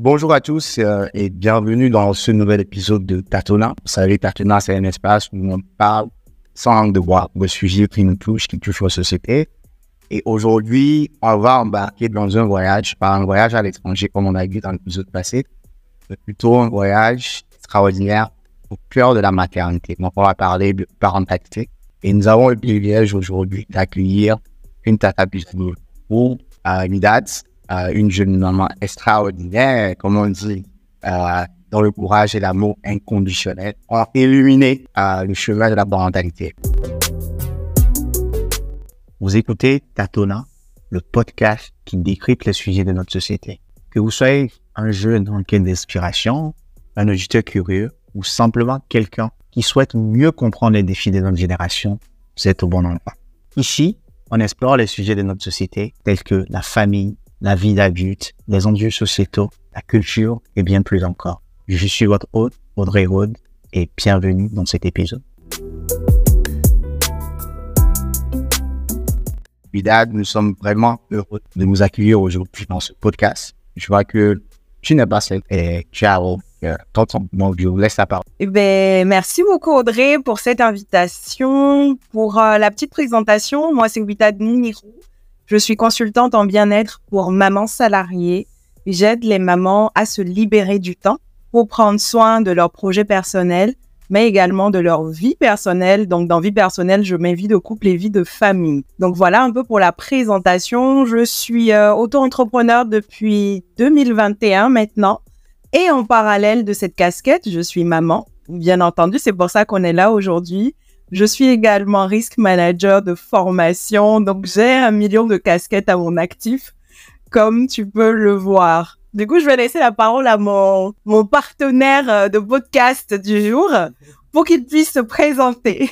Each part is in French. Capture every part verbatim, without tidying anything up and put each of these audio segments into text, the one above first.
Bonjour à tous euh, et bienvenue dans ce nouvel épisode de Tatona. Vous savez, Tatona, c'est un espace où on parle sans langue de bois, de sujets qui nous touchent, qui touchent la société. Et aujourd'hui, on va embarquer dans un voyage, pas un voyage à l'étranger comme on a vu dans l'épisode passé, mais plutôt un voyage extraordinaire au cœur de la maternité. Donc, on va parler de parentalité. Et nous avons le privilège aujourd'hui d'accueillir une Tata Piscine ou euh, Midad, euh, une jeune maman extraordinaire, comme on dit, euh, dans le courage et l'amour inconditionnel. On va illuminer euh, le chemin de la parentalité. Vous écoutez Tatona, le podcast qui décrypte les sujets de notre société. Que vous soyez un jeune en quête d'inspiration, un auditeur curieux ou simplement quelqu'un qui souhaite mieux comprendre les défis de notre génération, vous êtes au bon endroit. Ici, on explore les sujets de notre société tels que la famille, la vie d'adulte, les enjeux sociétaux, la culture et bien plus encore. Je suis votre hôte, Audrey Rode, et bienvenue dans cet épisode. Midad, nous sommes vraiment heureux de vous accueillir aujourd'hui dans ce podcast. Je vois que tu n'es pas seul et tu as euh, ton temps. Donc, je vous laisse la parole. Eh ben, merci beaucoup Audrey pour cette invitation, pour euh, la petite présentation. Moi, c'est Midad Mounirou. Je suis consultante en bien-être pour mamans salariées. J'aide les mamans à se libérer du temps pour prendre soin de leurs projets personnels, mais également de leur vie personnelle. Donc, dans vie personnelle, je mets vie de couple et vie de famille. Donc, voilà un peu pour la présentation. Je suis euh, auto-entrepreneur depuis deux mille vingt et un maintenant. Et en parallèle de cette casquette, je suis maman. Bien entendu, c'est pour ça qu'on est là aujourd'hui. Je suis également risk manager de formation. Donc, j'ai un million de casquettes à mon actif, comme tu peux le voir. Du coup, je vais laisser la parole à mon, mon partenaire de podcast du jour pour qu'il puisse se présenter.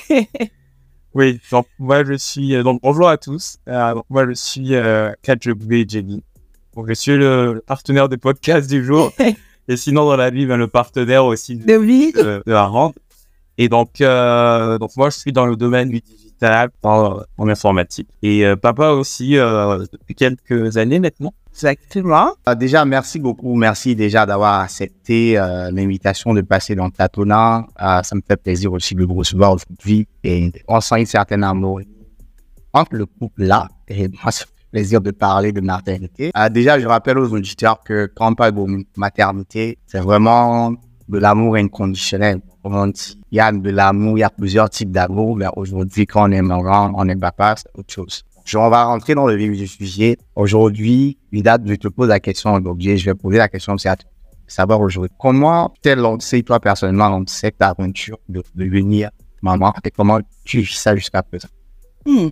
Oui, donc moi je suis, donc bonjour à tous, euh, donc, moi je suis euh, Kadjeboué Jenny, donc je suis le, le partenaire de podcast du jour, et sinon dans la vie, ben, le partenaire aussi de, de vie de, de la rente. Et donc, euh, donc moi je suis dans le domaine du digital, en, en informatique, et euh, papa aussi euh, depuis quelques années maintenant. Exactement. Euh, déjà, merci beaucoup. Merci déjà d'avoir accepté euh, l'invitation de passer dans Tatona. Euh, ça me fait plaisir aussi de vous recevoir aujourd'hui. Et on sent une certaine amour entre le couple là. Et moi, ça me fait plaisir de parler de maternité. Euh, déjà, je rappelle aux auditeurs que quand on parle de maternité, c'est vraiment de l'amour inconditionnel. Comme on dit, il y a de l'amour, il y a plusieurs types d'amour. Mais aujourd'hui, quand on est maman, on est papa, c'est autre chose. Je, on va rentrer dans le vif du sujet. Aujourd'hui, Midad, je te pose la question d'objet. Je vais poser la question, c'est à toi de savoir aujourd'hui. Comment t'es lancé, toi, personnellement, dans cette aventure de, de devenir maman et comment tu vis ça jusqu'à présent? Hmm.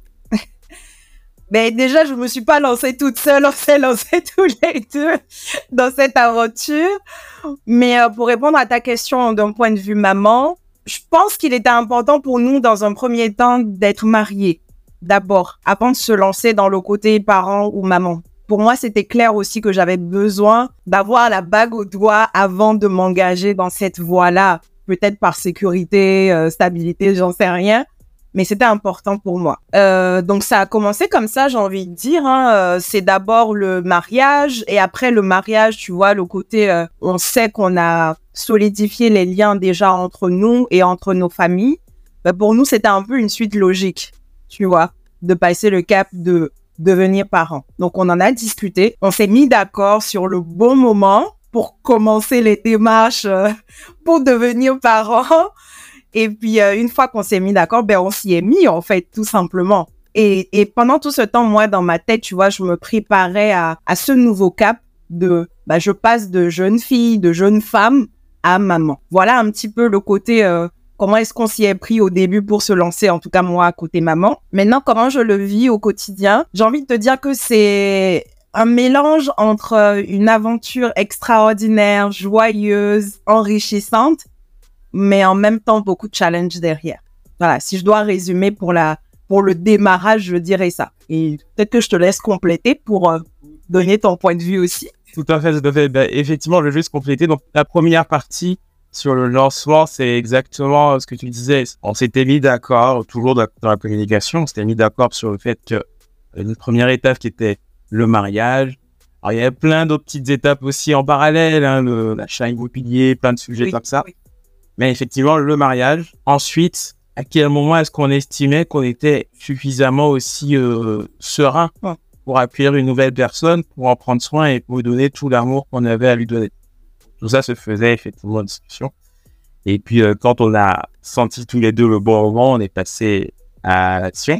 Ben, déjà, je me suis pas lancée toute seule. On s'est lancés tous les deux dans cette aventure. Mais euh, pour répondre à ta question d'un point de vue maman, je pense qu'il était important pour nous, dans un premier temps, d'être mariés. D'abord, avant de se lancer dans le côté parent ou maman. Pour moi, c'était clair aussi que j'avais besoin d'avoir la bague au doigt avant de m'engager dans cette voie-là. Peut-être par sécurité, euh, stabilité, j'en sais rien. Mais c'était important pour moi. Euh, donc, ça a commencé comme ça, j'ai envie de dire. Hein. Euh, c'est d'abord le mariage. Et après le mariage, tu vois, le côté... Euh, on sait qu'on a solidifié les liens déjà entre nous et entre nos familles. Ben, pour nous, c'était un peu une suite logique. Tu vois, de passer le cap de devenir parent. Donc, on en a discuté. On s'est mis d'accord sur le bon moment pour commencer les démarches euh, pour devenir parent. Et puis, euh, une fois qu'on s'est mis d'accord, ben, on s'y est mis, en fait, tout simplement. Et, et pendant tout ce temps, moi, dans ma tête, tu vois, je me préparais à, à ce nouveau cap de, bah, je passe de jeune fille, de jeune femme à maman. Voilà un petit peu le côté... Euh, Comment est-ce qu'on s'y est pris au début pour se lancer, en tout cas moi, à côté maman. Maintenant, comment je le vis au quotidien? J'ai envie de te dire que c'est un mélange entre une aventure extraordinaire, joyeuse, enrichissante, mais en même temps beaucoup de challenges derrière. Voilà, si je dois résumer pour, la, pour le démarrage, je dirais ça. Et peut-être que je te laisse compléter pour euh, donner ton point de vue aussi. Tout à fait, tout à fait. Ben, effectivement, je vais juste compléter. Donc, la première partie, sur le lancement, c'est exactement ce que tu disais. On s'était mis d'accord, toujours dans la communication, on s'était mis d'accord sur le fait que une première étape qui était le mariage, Alors, il y avait plein d'autres petites étapes aussi en parallèle, hein, le, l'achat immobilier, plein de sujets Oui, comme ça. oui. Mais effectivement, le mariage. Ensuite, à quel moment est-ce qu'on estimait qu'on était suffisamment aussi euh, serein Ouais. pour accueillir une nouvelle personne, pour en prendre soin et pour lui donner tout l'amour qu'on avait à lui donner. Tout ça se faisait effectivement en discussion. Et puis, euh, quand on a senti tous les deux le bon moment, on est passé à l'action.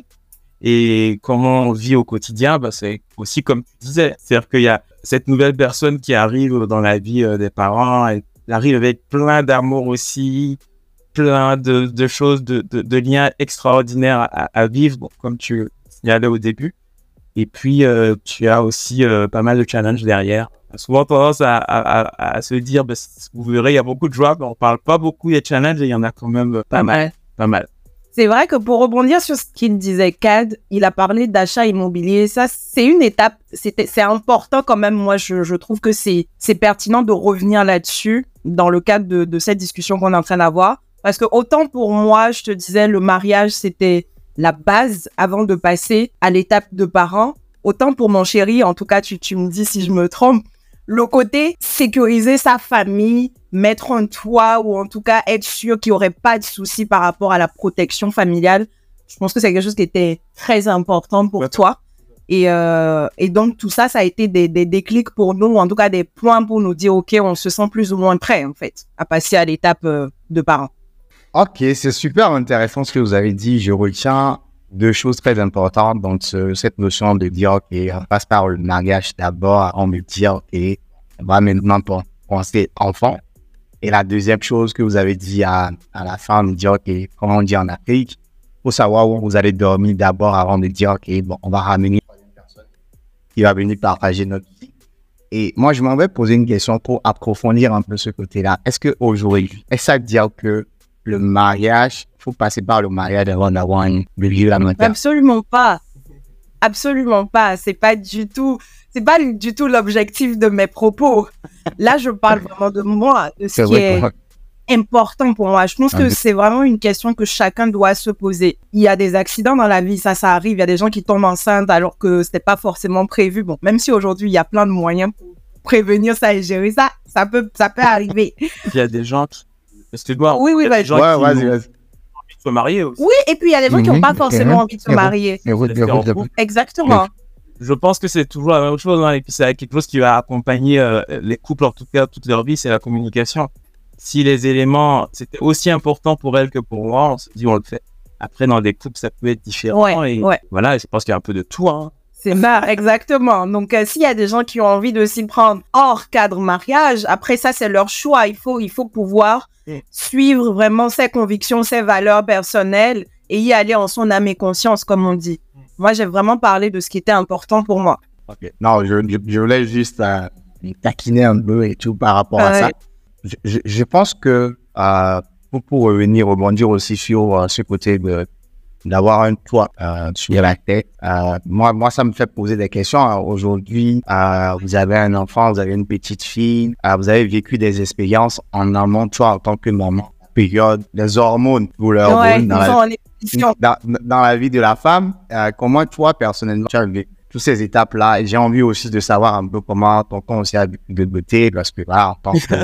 Et comment on vit au quotidien, bah, c'est aussi comme tu disais. C'est-à-dire qu'il y a cette nouvelle personne qui arrive dans la vie euh, des parents. Elle arrive avec plein d'amour aussi, plein de, de choses, de, de, de liens extraordinaires à, à vivre, bon, comme tu signalais au début. Et puis, euh, tu as aussi euh, pas mal de challenges derrière. On a souvent tendance à, à, à, à se dire, bah, vous verrez, il y a beaucoup de joie, mais on parle pas beaucoup des challenges et il y en a quand même pas mal. Pas mal. C'est vrai que pour rebondir sur ce qu'il disait, Kad, il a parlé d'achat immobilier. Ça, c'est une étape, c'était, c'est important quand même. Moi, je, je trouve que c'est, c'est pertinent de revenir là-dessus dans le cadre de, de cette discussion qu'on est en train d'avoir. Parce que autant pour moi, je te disais, le mariage, c'était la base avant de passer à l'étape de parents. Autant pour mon chéri, en tout cas, tu, tu me dis si je me trompe, le côté sécuriser sa famille, mettre un toit ou en tout cas être sûr qu'il n'y aurait pas de soucis par rapport à la protection familiale. Je pense que c'est quelque chose qui était très important pour ouais. toi. Et, euh, et donc, tout ça, ça a été des, des déclics pour nous, ou en tout cas des points pour nous dire, OK, on se sent plus ou moins prêt, en fait, à passer à l'étape euh, de parents. OK, c'est super intéressant ce que vous avez dit. Je retiens deux choses très importantes dans ce, cette notion de dire, OK, on passe par le mariage d'abord avant de dire, OK, on va maintenant penser enfant. Et la deuxième chose que vous avez dit à, à la fin, de dire, OK, comment on dit en Afrique, il faut savoir où vous allez dormir d'abord avant de dire, OK, bon, on va ramener une personne qui va venir partager notre vie. Et moi, je m'en vais poser une question pour approfondir un peu ce côté-là. Est-ce qu'aujourd'hui, est-ce que ça veut dire que le mariage, il faut passer par le mariage avant d'avoir une vie lamentaire? Absolument pas. Absolument pas. C'est pas du tout, c'est pas du tout l'objectif de mes propos. Là, je parle vraiment de moi, de ce c'est qui est moi. important pour moi. Je pense ah, que mais... c'est vraiment une question que chacun doit se poser. Il y a des accidents dans la vie, ça, ça arrive. Il y a des gens qui tombent enceintes alors que c'était pas forcément prévu. Bon, même si aujourd'hui, il y a plein de moyens pour prévenir ça et gérer ça, ça peut, ça peut arriver. Il y a des gens qui... Excuse-moi. Oui, oui, vas-y. Ouais, vas-y, vas-y. Se marier aussi. Oui, et puis il y a des gens mmh, qui n'ont pas forcément mmh, envie de se marier. Mmh, Exactement. Je pense que c'est toujours la même chose, hein, et puis c'est quelque chose qui va accompagner euh, les couples, en tout cas, toute leur vie, c'est la communication. Si les éléments, c'était aussi important pour elle que pour moi, on se dit, on le fait. Après, dans des couples, ça peut être différent. Ouais, et ouais. Voilà, je pense qu'il y a un peu de tout. Hein. C'est ça, exactement. Donc, euh, s'il y a des gens qui ont envie de s'y prendre hors cadre mariage, après ça, c'est leur choix. Il faut, il faut pouvoir mmh. suivre vraiment ses convictions, ses valeurs personnelles et y aller en son âme et conscience, comme on dit. Mmh. Moi, j'ai vraiment parlé de ce qui était important pour moi. Okay. Non, je, je, je voulais juste euh, taquiner un peu et tout par rapport ouais. à ça. Je, je, je pense que euh, pour, pour revenir, rebondir aussi sur euh, ce côté de d'avoir un toit euh, sur la tête. Euh, moi, moi, ça me fait poser des questions. Alors, aujourd'hui, euh, vous avez un enfant, vous avez une petite fille, euh, vous avez vécu des expériences en amont, toi, en tant que maman. Période, des hormones, ou leur ouais, hormones dans, la, dans, dans la vie de la femme. Euh, comment toi, personnellement, tu as vécu toutes ces étapes-là? Et j'ai envie aussi de savoir un peu comment ton corps aussi a vécu de beauté, parce que voilà, en tant que,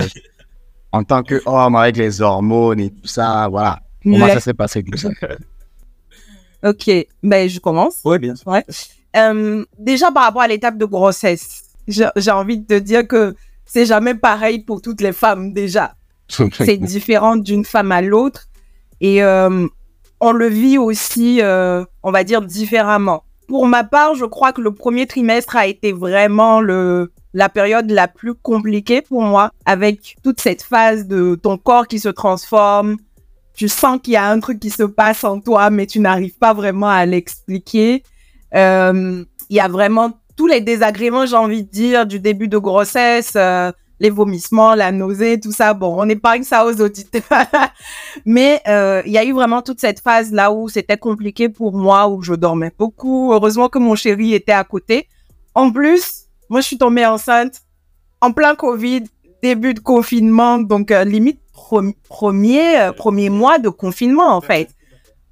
en tant que homme avec les hormones et tout ça, voilà. Comment ouais. ça s'est passé tout ça? Ok, ben je commence. Oui, bien sûr. Ouais. Euh, déjà, par rapport à l'étape de grossesse, j'ai, j'ai envie de te dire que c'est jamais pareil pour toutes les femmes, déjà. C'est différent d'une femme à l'autre. Et euh, on le vit aussi, euh, on va dire, différemment. Pour ma part, je crois que le premier trimestre a été vraiment le, la période la plus compliquée pour moi, avec toute cette phase de ton corps qui se transforme. Tu sens qu'il y a un truc qui se passe en toi, mais tu n'arrives pas vraiment à l'expliquer. Euh, il y a vraiment tous les désagréments, j'ai envie de dire, du début de grossesse, euh, les vomissements, la nausée, tout ça. Bon, on épargne ça aux auditeurs. Mais euh, il y a eu vraiment toute cette phase-là où c'était compliqué pour moi, où je dormais beaucoup. Heureusement que mon chéri était à côté. En plus, moi, je suis tombée enceinte en plein Covid, début de confinement, donc euh, limite Premier, euh, premier mois de confinement, en fait.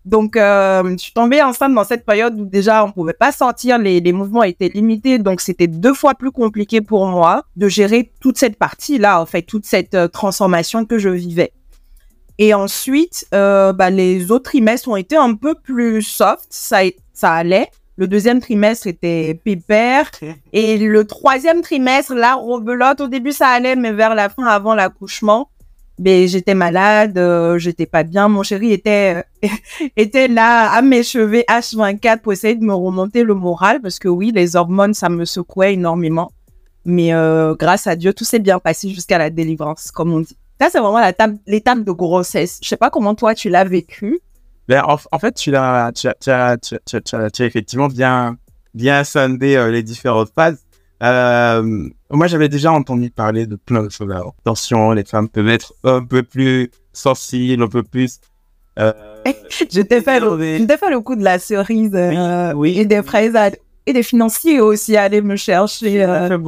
Donc, euh, je suis tombée enceinte dans cette période où déjà, on pouvait pas sortir, les, les mouvements étaient limités. Donc, c'était deux fois plus compliqué pour moi de gérer toute cette partie-là, en fait, toute cette euh, transformation que je vivais. Et ensuite, euh, bah, les autres trimestres ont été un peu plus soft, ça, ça allait. Le deuxième trimestre était pépère. Et le troisième trimestre, là, rebelote. Au début, ça allait, mais vers la fin, avant l'accouchement, mais j'étais malade, euh, j'étais pas bien. Mon chéri était euh, était là à m'échever H vingt-quatre pour essayer de me remonter le moral, parce que oui, les hormones, ça me secouait énormément. Mais euh, grâce à Dieu, tout s'est bien passé jusqu'à la délivrance, comme on dit. Ça, c'est vraiment la table, l'étape de grossesse. Je sais pas comment toi, tu l'as vécu. Ben, en, en fait, tu l'as, tu as, tu as, tu as, tu as, tu as effectivement bien, bien scindé euh, les différentes phases. Euh, moi, j'avais déjà entendu parler de plein de choses. Alors, attention, les femmes peuvent être un peu plus sensibles, un peu plus... Euh, je t'ai fait, le, je t'ai fait le coup de la cerise euh, oui, oui. et des fraises à, et des financiers aussi à aller me chercher. Euh...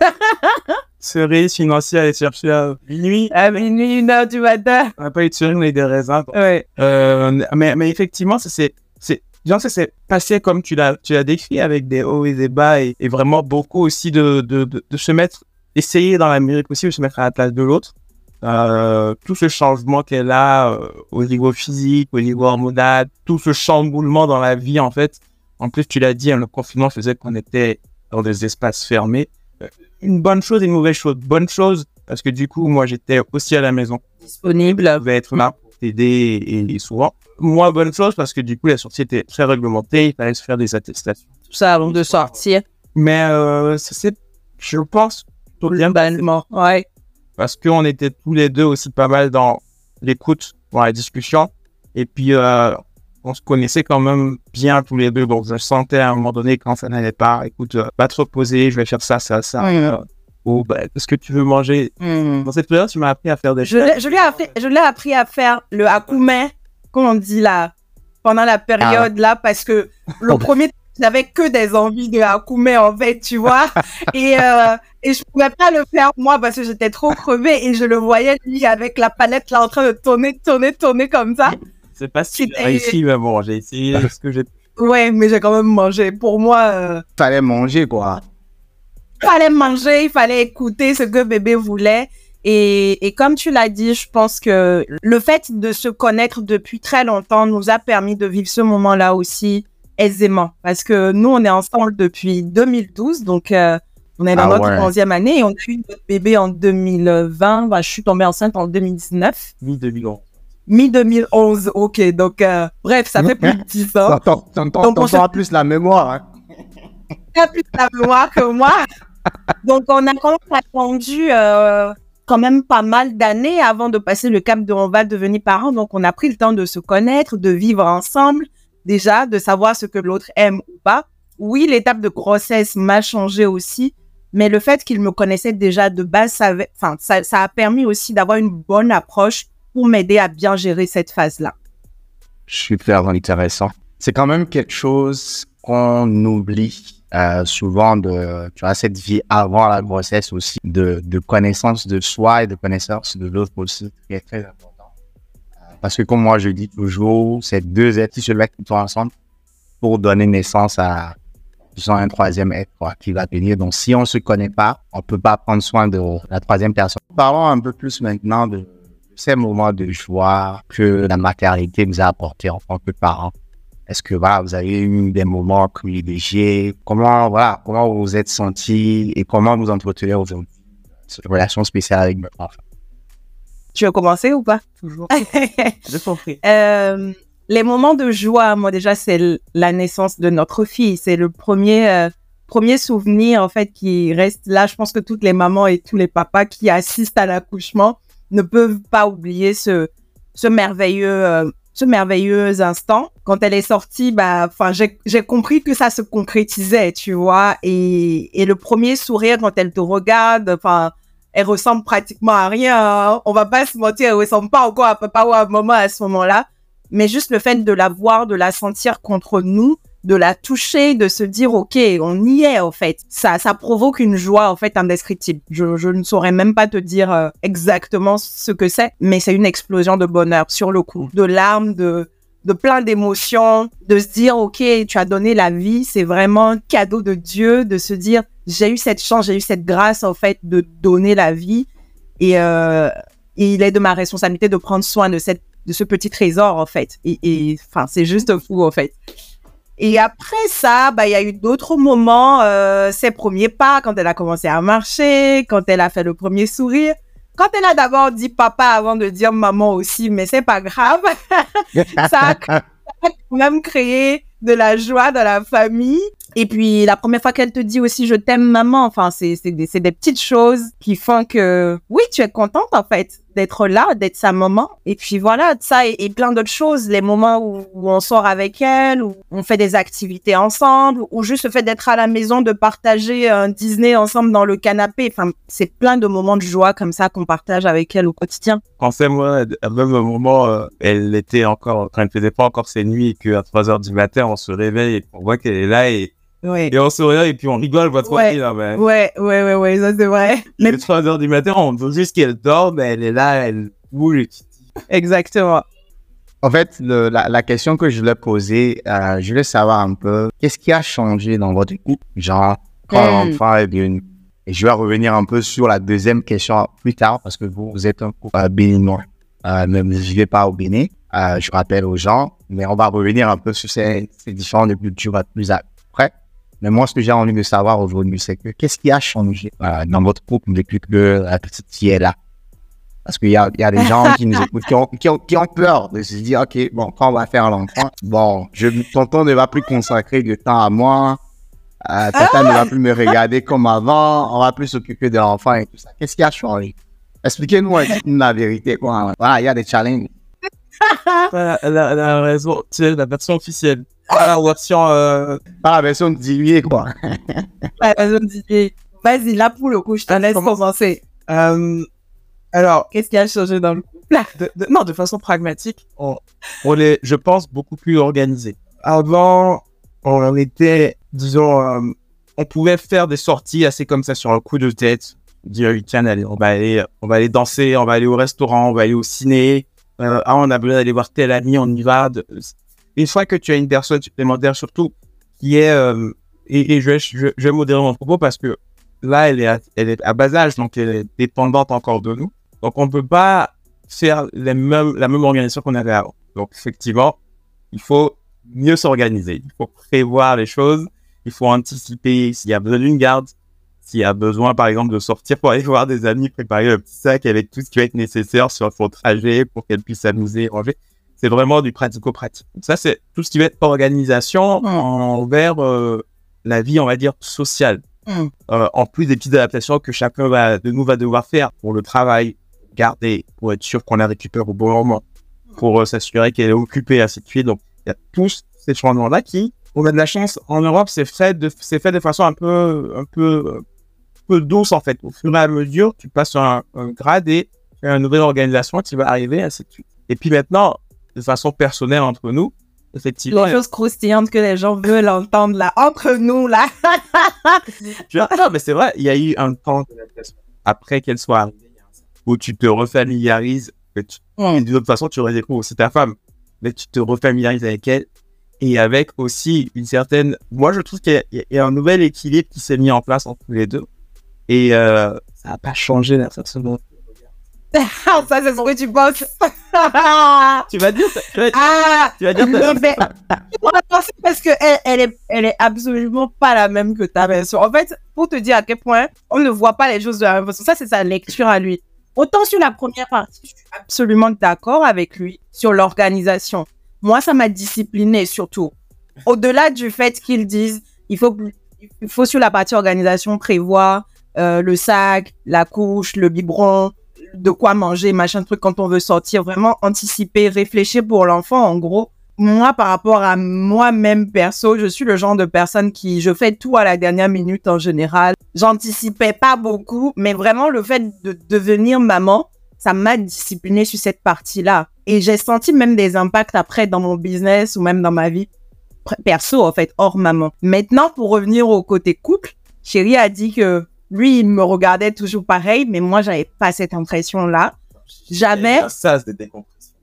Cerise, financier, aller chercher à minuit. À minuit, une heure du matin. On n'a pas eu de cerise, mais des raisins. Ouais. Euh, mais, mais effectivement, ça c'est... c'est Genre, ça s'est passé comme tu l'as, tu l'as décrit, avec des hauts et des bas, et, et vraiment beaucoup aussi de, de, de, de se mettre, essayer dans l'Amérique aussi, de se mettre à la place de l'autre. Euh, tout ce changement qu'elle a euh, au niveau physique, au niveau hormonal, tout ce chamboulement dans la vie, en fait. En plus, tu l'as dit, hein, le confinement faisait qu'on était dans des espaces fermés. Euh, une bonne chose et une mauvaise chose. Bonne chose, parce que du coup, moi, j'étais aussi à la maison. Disponible. Je pouvais être là pour t'aider et, et souvent. Moins bonne chose parce que du coup, la sortie était très réglementée, il fallait se faire des attestations. Tout ça avant de sortir. Mais euh, ça c'est, je pense, tout bien globalement, ouais. Parce qu'on était tous les deux aussi pas mal dans l'écoute, dans la discussion. Et puis, euh, on se connaissait quand même bien tous les deux. Donc, je sentais à un moment donné quand ça n'allait pas, écoute, euh, va te reposer, je vais faire ça, ça, ça. Oui, euh, ou bah, est-ce que tu veux manger mmh. Dans cette période, tu m'as appris à faire des je l'ai, je, l'ai appris, je l'ai appris à faire le akume, comme on dit là, pendant la période ah. là, parce que le premier, je n'avais que des envies de akume en fait, tu vois. et, euh, et je pouvais pas le faire moi parce que j'étais trop crevée et je le voyais lui avec la palette là en train de tourner, tourner, tourner comme ça. C'est pas si j'ai réussi, mais bon, j'ai essayé ce que j'ai pu. Ouais, mais j'ai quand même mangé. Pour moi... Euh... Fallait manger, quoi. Fallait manger, il fallait écouter ce que bébé voulait. Et, et comme tu l'as dit, je pense que le fait de se connaître depuis très longtemps nous a permis de vivre ce moment-là aussi aisément. Parce que nous, on est ensemble depuis deux mille douze, donc euh, on est dans ah, notre onzième ouais. année et on a eu notre bébé en deux mille vingt. Bah, je suis tombée enceinte en deux mille dix-neuf. mi-deux mille onze. mi-deux mille onze, ok. Donc, euh, bref, ça fait plus de dix ans. T'entends se... plus la mémoire. Hein. T'as plus la mémoire que moi. Donc, on a quand même attendu euh, quand même pas mal d'années avant de passer le cap de on va devenir parents. Donc, on a pris le temps de se connaître, de vivre ensemble, déjà, de savoir ce que l'autre aime ou pas. Oui, l'étape de grossesse m'a changé aussi, mais le fait qu'il me connaissait déjà de base, ça, avait, ça, ça a permis aussi d'avoir une bonne approche pour m'aider à bien gérer cette phase-là. Super intéressant. C'est quand même quelque chose qu'on oublie euh, souvent de, tu vois, cette vie avant la grossesse aussi, de, de connaissance de soi et de connaissance de l'autre aussi, qui est très important. Euh, parce que comme moi je dis toujours, c'est deux êtres qui se mettent tout ensemble pour donner naissance à disons, un troisième être quoi, qui va venir. Donc si on ne se connaît pas, on ne peut pas prendre soin de la troisième personne. Parlons un peu plus maintenant de ces moments de joie que la maternité nous a apporté en tant que parents. Est-ce que voilà, vous avez eu des moments privilégiés? Comment voilà, comment vous vous êtes sentis et comment vous entretenez aujourd'hui cette relation spéciale avec votre enfant? Tu veux commencer ou pas? Toujours. Je t'en prie. Euh, les moments de joie, moi déjà, c'est la naissance de notre fille. C'est le premier euh, premier souvenir en fait qui reste là. Je pense que toutes les mamans et tous les papas qui assistent à l'accouchement ne peuvent pas oublier ce, ce merveilleux, euh, ce merveilleux instant. Quand elle est sortie, bah, enfin, j'ai, j'ai compris que ça se concrétisait, tu vois. Et, et le premier sourire quand elle te regarde, enfin, elle ressemble pratiquement à rien. Hein. On va pas se mentir, elle ressemble pas encore à papa ou à maman à ce moment-là. Mais juste le fait de la voir, de la sentir contre nous, de la toucher, de se dire, OK, on y est, en fait. Ça, ça provoque une joie, en fait, indescriptible. Je, je ne saurais même pas te dire euh, exactement ce que c'est, mais c'est une explosion de bonheur sur le coup. De larmes, de, de plein d'émotions, de se dire, OK, tu as donné la vie, c'est vraiment un cadeau de Dieu, de se dire, j'ai eu cette chance, j'ai eu cette grâce, en fait, de donner la vie. Et, euh, et il est de ma responsabilité de prendre soin de, cette, de ce petit trésor, en fait. Et, et enfin, c'est juste fou, en fait. Et après ça, bah, il y a eu d'autres moments, euh, ses premiers pas, quand elle a commencé à marcher, quand elle a fait le premier sourire. Quand elle a d'abord dit papa avant de dire maman aussi, mais c'est pas grave. Ça a quand même créé de la joie dans la famille. Et puis, la première fois qu'elle te dit aussi je t'aime maman, enfin, c'est, c'est, des, c'est des petites choses qui font que, oui, tu es contente en fait d'être là, d'être sa maman. Et puis voilà, ça et, et plein d'autres choses, les moments où, où on sort avec elle, où on fait des activités ensemble, ou juste le fait d'être à la maison, de partager un Disney ensemble dans le canapé. Enfin, c'est plein de moments de joie comme ça qu'on partage avec elle au quotidien. Quand c'est moi, à même un moment, euh, elle était encore, quand elle faisait pas encore ses nuits, et qu'à trois heures du matin, on se réveille et on voit qu'elle est là et Ouais. Et on se regarde et puis on rigole, votre ouais. là, mais... ouais, ouais, ouais, ouais, ça c'est vrai. Mais à trois heures du matin, on veut juste qu'elle dort, mais elle est là, elle bouge et exactement. En fait, le, la, la question que je voulais poser, euh, je voulais savoir un peu, qu'est-ce qui a changé dans votre couple? Genre, quand mm. l'enfant est venu. Et je vais revenir un peu sur la deuxième question plus tard, parce que vous, vous êtes un couple euh, béninois. Euh, ne vivez pas au Bénin, euh, je rappelle aux gens, mais on va revenir un peu sur ces, ces différentes cultures plus après. Mais moi, ce que j'ai envie de savoir aujourd'hui, c'est que qu'est-ce qui a changé euh, dans votre couple depuis que la petite fille est là? Parce qu'il y a, il y a des gens qui nous écoutent, qui ont, qui, ont, qui ont peur de se dire, OK, bon, quand on va faire l'enfant, bon, je, tonton ne va plus consacrer de temps à moi, euh, tata ah! ne va plus me regarder comme avant, on va plus s'occuper de l'enfant et tout ça. Qu'est-ce qui a changé? Expliquez-nous la vérité, quoi. Voilà, il y a des challenges. la, la, la raison, c'est la version officielle. Pas la version... Euh... Pas la version diluée, quoi. La version diluée. Vas-y, là, pour le coup, je te laisse commencer. Euh, alors... Qu'est-ce qui a changé dans le couple? de, de, Non, de façon pragmatique, on, on est, je pense, beaucoup plus organisé. Avant, on était, disons, euh, on pouvait faire des sorties assez comme ça sur un coup de tête. Dire, tiens, allez, on va aller, on va aller danser, on va aller au restaurant, on va aller au ciné. Euh, ah, on a besoin d'aller voir tel ami, on y va. De... Une fois que tu as une personne supplémentaire, surtout, qui est... Euh, et, et je, je, je vais modérer mon propos parce que là, elle est, à, elle est à bas âge, donc elle est dépendante encore de nous. Donc, on ne peut pas faire les mêmes, la même organisation qu'on avait avant. Donc, effectivement, il faut mieux s'organiser. Il faut prévoir les choses. Il faut anticiper s'il y a besoin d'une garde. S'il y a besoin, par exemple, de sortir pour aller voir des amis, préparer un petit sac avec tout ce qui va être nécessaire sur son trajet pour qu'elle puisse s'amuser, ranger. C'est vraiment du pratico-pratique. Ça, c'est tout ce qui va être organisation mmh. envers euh, la vie, on va dire, sociale. Mmh. Euh, en plus des petites adaptations que chacun va, de nous va devoir faire pour le travail, garder, pour être sûr qu'on la récupère au bon moment, pour euh, s'assurer qu'elle est occupée, ainsi de suite. Donc, il y a tous ces changements-là qui, on a de la chance, en Europe, c'est fait de, c'est fait de façon un peu, un peu, peu douce, en fait. Au fur et à mesure, tu passes sur un, un grade et tu as une nouvelle organisation qui va arriver, ainsi de suite. Et puis maintenant, de façon personnelle entre nous, effectivement. Les choses croustillantes que les gens veulent entendre là, entre nous là. je, non, mais c'est vrai, il y a eu un temps de l'adaptation. Après qu'elle soit arrivée, où tu te refamiliarises, que tu, mm. d'une autre façon, tu redécouvres aussi ta femme, mais tu te refamiliarises avec elle. Et avec aussi une certaine... Moi, je trouve qu'il y a, il y a un nouvel équilibre qui s'est mis en place entre les deux. Et euh, ça n'a pas changé la façon dont... Ça, c'est ce que tu penses. tu vas dire... Tu vas, ah, tu vas dire... Mais, on a pensé parce qu'elle elle est, elle est absolument pas la même que ta version. En fait, pour te dire à quel point on ne voit pas les choses de la même façon. Ça, c'est sa lecture à lui. Autant sur la première partie, je suis absolument d'accord avec lui sur l'organisation. Moi, ça m'a disciplinée surtout. Au-delà du fait qu'ils disent, il faut, il faut sur la partie organisation prévoir euh, le sac, la couche, le biberon, de quoi manger, machin truc quand on veut sortir. Vraiment anticiper, réfléchir pour l'enfant. En gros, moi, par rapport à moi-même perso, je suis le genre de personne qui, je fais tout à la dernière minute en général. J'anticipais pas beaucoup, mais vraiment le fait de devenir maman, ça m'a disciplinée sur cette partie-là. Et j'ai senti même des impacts après dans mon business ou même dans ma vie perso, en fait, hors maman. Maintenant, pour revenir au côté couple, Chéri a dit que lui, il me regardait toujours pareil, mais moi, j'avais pas cette impression-là. Jamais. Ça, c'est décompression.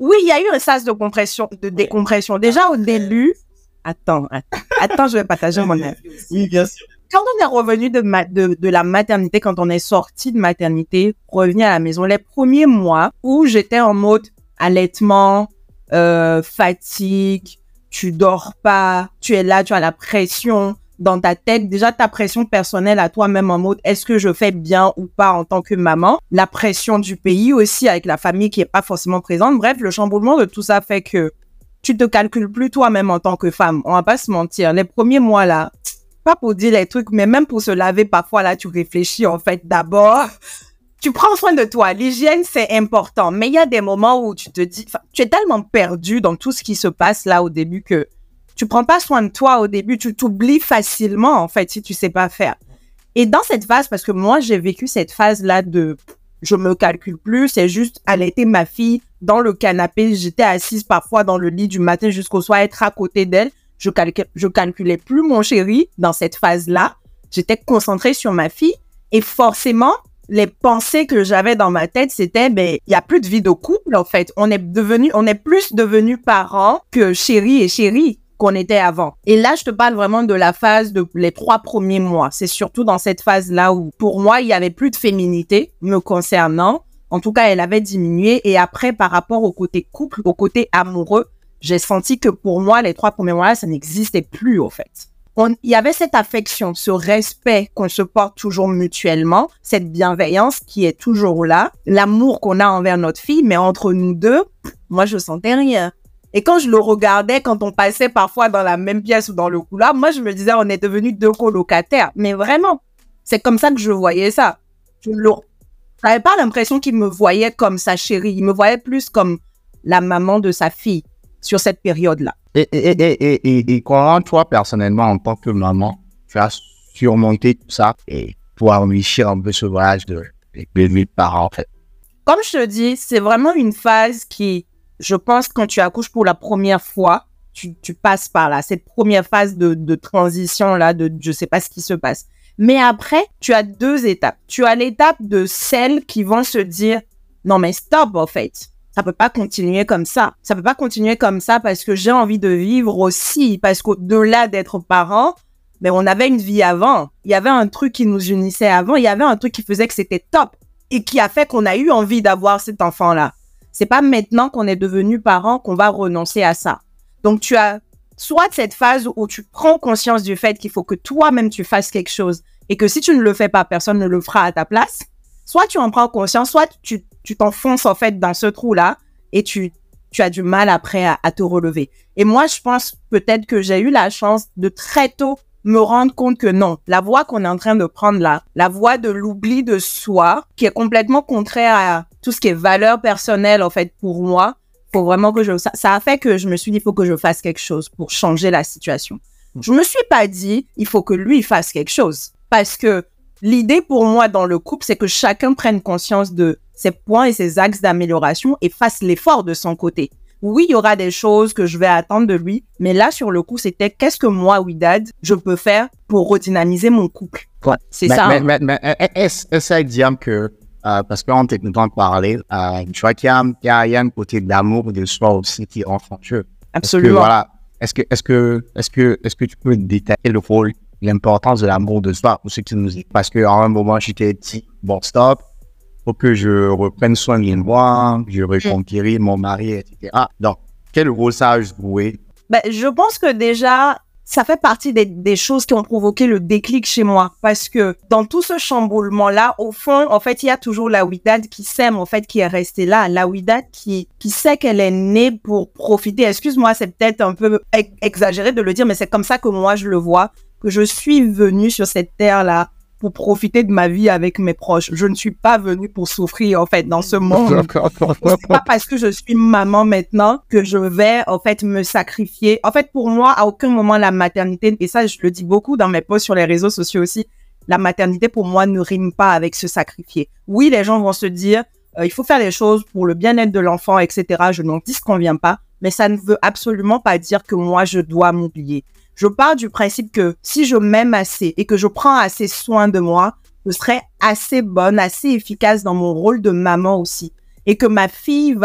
Oui, il y a eu un sas de compression, de décompression. Déjà au début, attends, attends, attends, je vais partager mon avis. Oui, bien sûr. Quand on est revenu de, ma, de, de la maternité, quand on est sorti de maternité, revenu à la maison, les premiers mois où j'étais en mode allaitement, euh, fatigue, tu dors pas, tu es là, tu as la pression dans ta tête. Déjà, ta pression personnelle à toi-même en mode, est-ce que je fais bien ou pas en tant que maman? La pression du pays aussi avec la famille qui est pas forcément présente. Bref, le chamboulement de tout ça fait que tu te calcules plus toi-même en tant que femme. On va pas se mentir. Les premiers mois là, pas pour dire les trucs, mais même pour se laver, parfois, là, tu réfléchis, en fait, d'abord. Tu prends soin de toi. L'hygiène, c'est important. Mais il y a des moments où tu te dis, tu es tellement perdu dans tout ce qui se passe là au début que tu prends pas soin de toi au début. Tu t'oublies facilement, en fait, si tu sais pas faire. Et dans cette phase, parce que moi, j'ai vécu cette phase-là de, je me calcule plus, c'est juste allaiter ma fille dans le canapé. J'étais assise parfois dans le lit du matin jusqu'au soir, être à côté d'elle. Je, calcul- je calculais plus mon chéri dans cette phase-là. J'étais concentrée sur ma fille et forcément, les pensées que j'avais dans ma tête, c'était, ben, il y a plus de vie de couple, en fait. On est devenu, on est plus devenus parents que chéri et chérie qu'on était avant. Et là, je te parle vraiment de la phase de les trois premiers mois. C'est surtout dans cette phase-là où, pour moi, il y avait plus de féminité me concernant. En tout cas, elle avait diminué. Et après, par rapport au côté couple, au côté amoureux, j'ai senti que pour moi, les trois premiers mois, ça n'existait plus, au fait. On, il y avait cette affection, ce respect qu'on se porte toujours mutuellement, cette bienveillance qui est toujours là, l'amour qu'on a envers notre fille, mais entre nous deux, moi, je sentais rien. Et quand je le regardais, quand on passait parfois dans la même pièce ou dans le couloir, moi, je me disais, on est devenus deux colocataires. Mais vraiment, c'est comme ça que je voyais ça. Je n'avais pas l'impression qu'il me voyait comme sa chérie. Il me voyait plus comme la maman de sa fille sur cette période-là. Et, et, et, et, et, et comment toi, personnellement, en tant que maman, tu as surmonté tout ça et pour enrichir un peu ce voyage de devenir parent, en fait? Comme je te dis, c'est vraiment une phase qui, je pense, quand tu accouches pour la première fois, tu, tu passes par là. Cette première phase de, de transition-là, de je sais pas ce qui se passe. Mais après, tu as deux étapes. Tu as l'étape de celles qui vont se dire, non mais stop, en fait. Ça peut pas continuer comme ça. Ça peut pas continuer comme ça parce que j'ai envie de vivre aussi. Parce qu'au-delà d'être parent, mais on avait une vie avant. Il y avait un truc qui nous unissait avant. Il y avait un truc qui faisait que c'était top et qui a fait qu'on a eu envie d'avoir cet enfant-là. C'est pas maintenant qu'on est devenu parent qu'on va renoncer à ça. Donc, tu as soit cette phase où tu prends conscience du fait qu'il faut que toi-même tu fasses quelque chose et que si tu ne le fais pas, personne ne le fera à ta place. Soit tu en prends conscience, soit tu tu t'enfonces en fait dans ce trou-là et tu, tu as du mal après à, à te relever. Et moi, je pense peut-être que j'ai eu la chance de très tôt me rendre compte que non, la voie qu'on est en train de prendre là, la voie de l'oubli de soi, qui est complètement contraire à tout ce qui est valeur personnelle en fait pour moi, faut vraiment que je, ça, ça a fait que je me suis dit, il faut que je fasse quelque chose pour changer la situation. Je me suis pas dit, il faut que lui fasse quelque chose. Parce que l'idée pour moi dans le couple, c'est que chacun prenne conscience de ses points et ses axes d'amélioration et fasse l'effort de son côté. Oui, il y aura des choses que je vais attendre de lui, mais là, sur le coup, c'était qu'est-ce que moi, Ouidad, je peux faire pour redynamiser mon couple. Ouais. C'est mais, ça. Mais, hein. mais, mais, mais essaie de dire que, euh, parce qu'on t'écoutant parler, euh, tu vois qu'il y a, il y, a, il y a un côté d'amour de soi aussi qui est enfanteux. Absolument. Est-ce que, voilà, est-ce que, est-ce que, est-ce que, est-ce que tu peux détailler le rôle, l'importance de l'amour de soi pour ceux qui nous écoutent? Parce qu'à un moment, j'étais dit, bon, stop, faut que je reprenne soin de moi, je reconquéris mon mari, et cetera. Donc, quel rôle ça a joué? Ben, je pense que déjà, ça fait partie des, des choses qui ont provoqué le déclic chez moi. Parce que dans tout ce chamboulement-là, au fond, en fait, il y a toujours la Ouidad qui s'aime, en fait, qui est restée là. La Ouidad qui, qui sait qu'elle est née pour profiter. Excuse-moi, c'est peut-être un peu ex- exagéré de le dire, mais c'est comme ça que moi, je le vois. Que je suis venue sur cette terre-là pour profiter de ma vie avec mes proches. Je ne suis pas venue pour souffrir, en fait, dans ce monde. C'est pas parce que je suis maman maintenant que je vais, en fait, me sacrifier. En fait, pour moi, à aucun moment, la maternité, et ça, je le dis beaucoup dans mes posts sur les réseaux sociaux aussi, la maternité, pour moi, ne rime pas avec se sacrifier. Oui, les gens vont se dire, euh, il faut faire les choses pour le bien-être de l'enfant, et cetera. Je n'en disconviens pas, mais ça ne veut absolument pas dire que moi, je dois m'oublier. Je pars du principe que si je m'aime assez et que je prends assez soin de moi, je serai assez bonne, assez efficace dans mon rôle de maman aussi. Et que ma fille va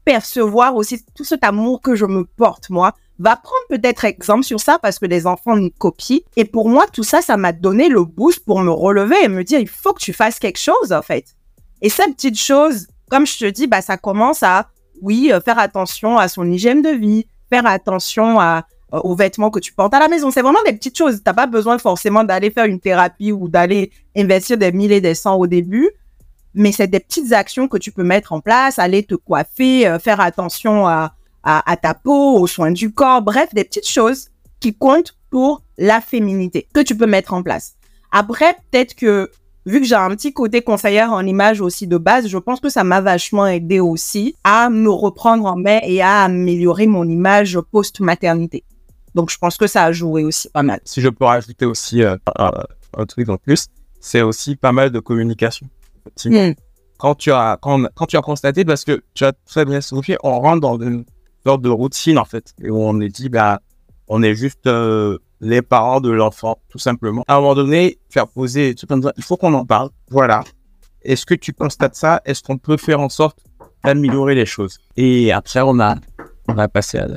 percevoir aussi tout cet amour que je me porte, moi, va prendre peut-être exemple sur ça parce que les enfants nous copient. Et pour moi, tout ça, ça m'a donné le boost pour me relever et me dire, il faut que tu fasses quelque chose, en fait. Et cette petite chose, comme je te dis, bah, ça commence à, oui, euh, faire attention à son hygiène de vie, faire attention à, euh, aux vêtements que tu portes à la maison. C'est vraiment des petites choses. T'as pas besoin forcément d'aller faire une thérapie ou d'aller investir des mille et des cents au début. Mais c'est des petites actions que tu peux mettre en place, aller te coiffer, euh, faire attention à, à, à ta peau, aux soins du corps. Bref, des petites choses qui comptent pour la féminité que tu peux mettre en place. Après, peut-être que, vu que j'ai un petit côté conseillère en image aussi de base, je pense que ça m'a vachement aidé aussi à me reprendre en main et à améliorer mon image post-maternité. Donc, je pense que ça a joué aussi pas mal. Si je peux rajouter aussi euh, un, un truc en plus, c'est aussi pas mal de communication. Mmh. Quand tu as quand, quand tu as constaté, parce que tu as très bien souligné, on rentre dans une sorte de routine en fait, et où on est dit, bah, on est juste euh, les parents de l'enfant, tout simplement. À un moment donné, tu as posé, tu as, il faut qu'on en parle. Voilà. Est-ce que tu constates ça? Est-ce qu'on peut faire en sorte d'améliorer les choses? Et après, on a, on a passé à la...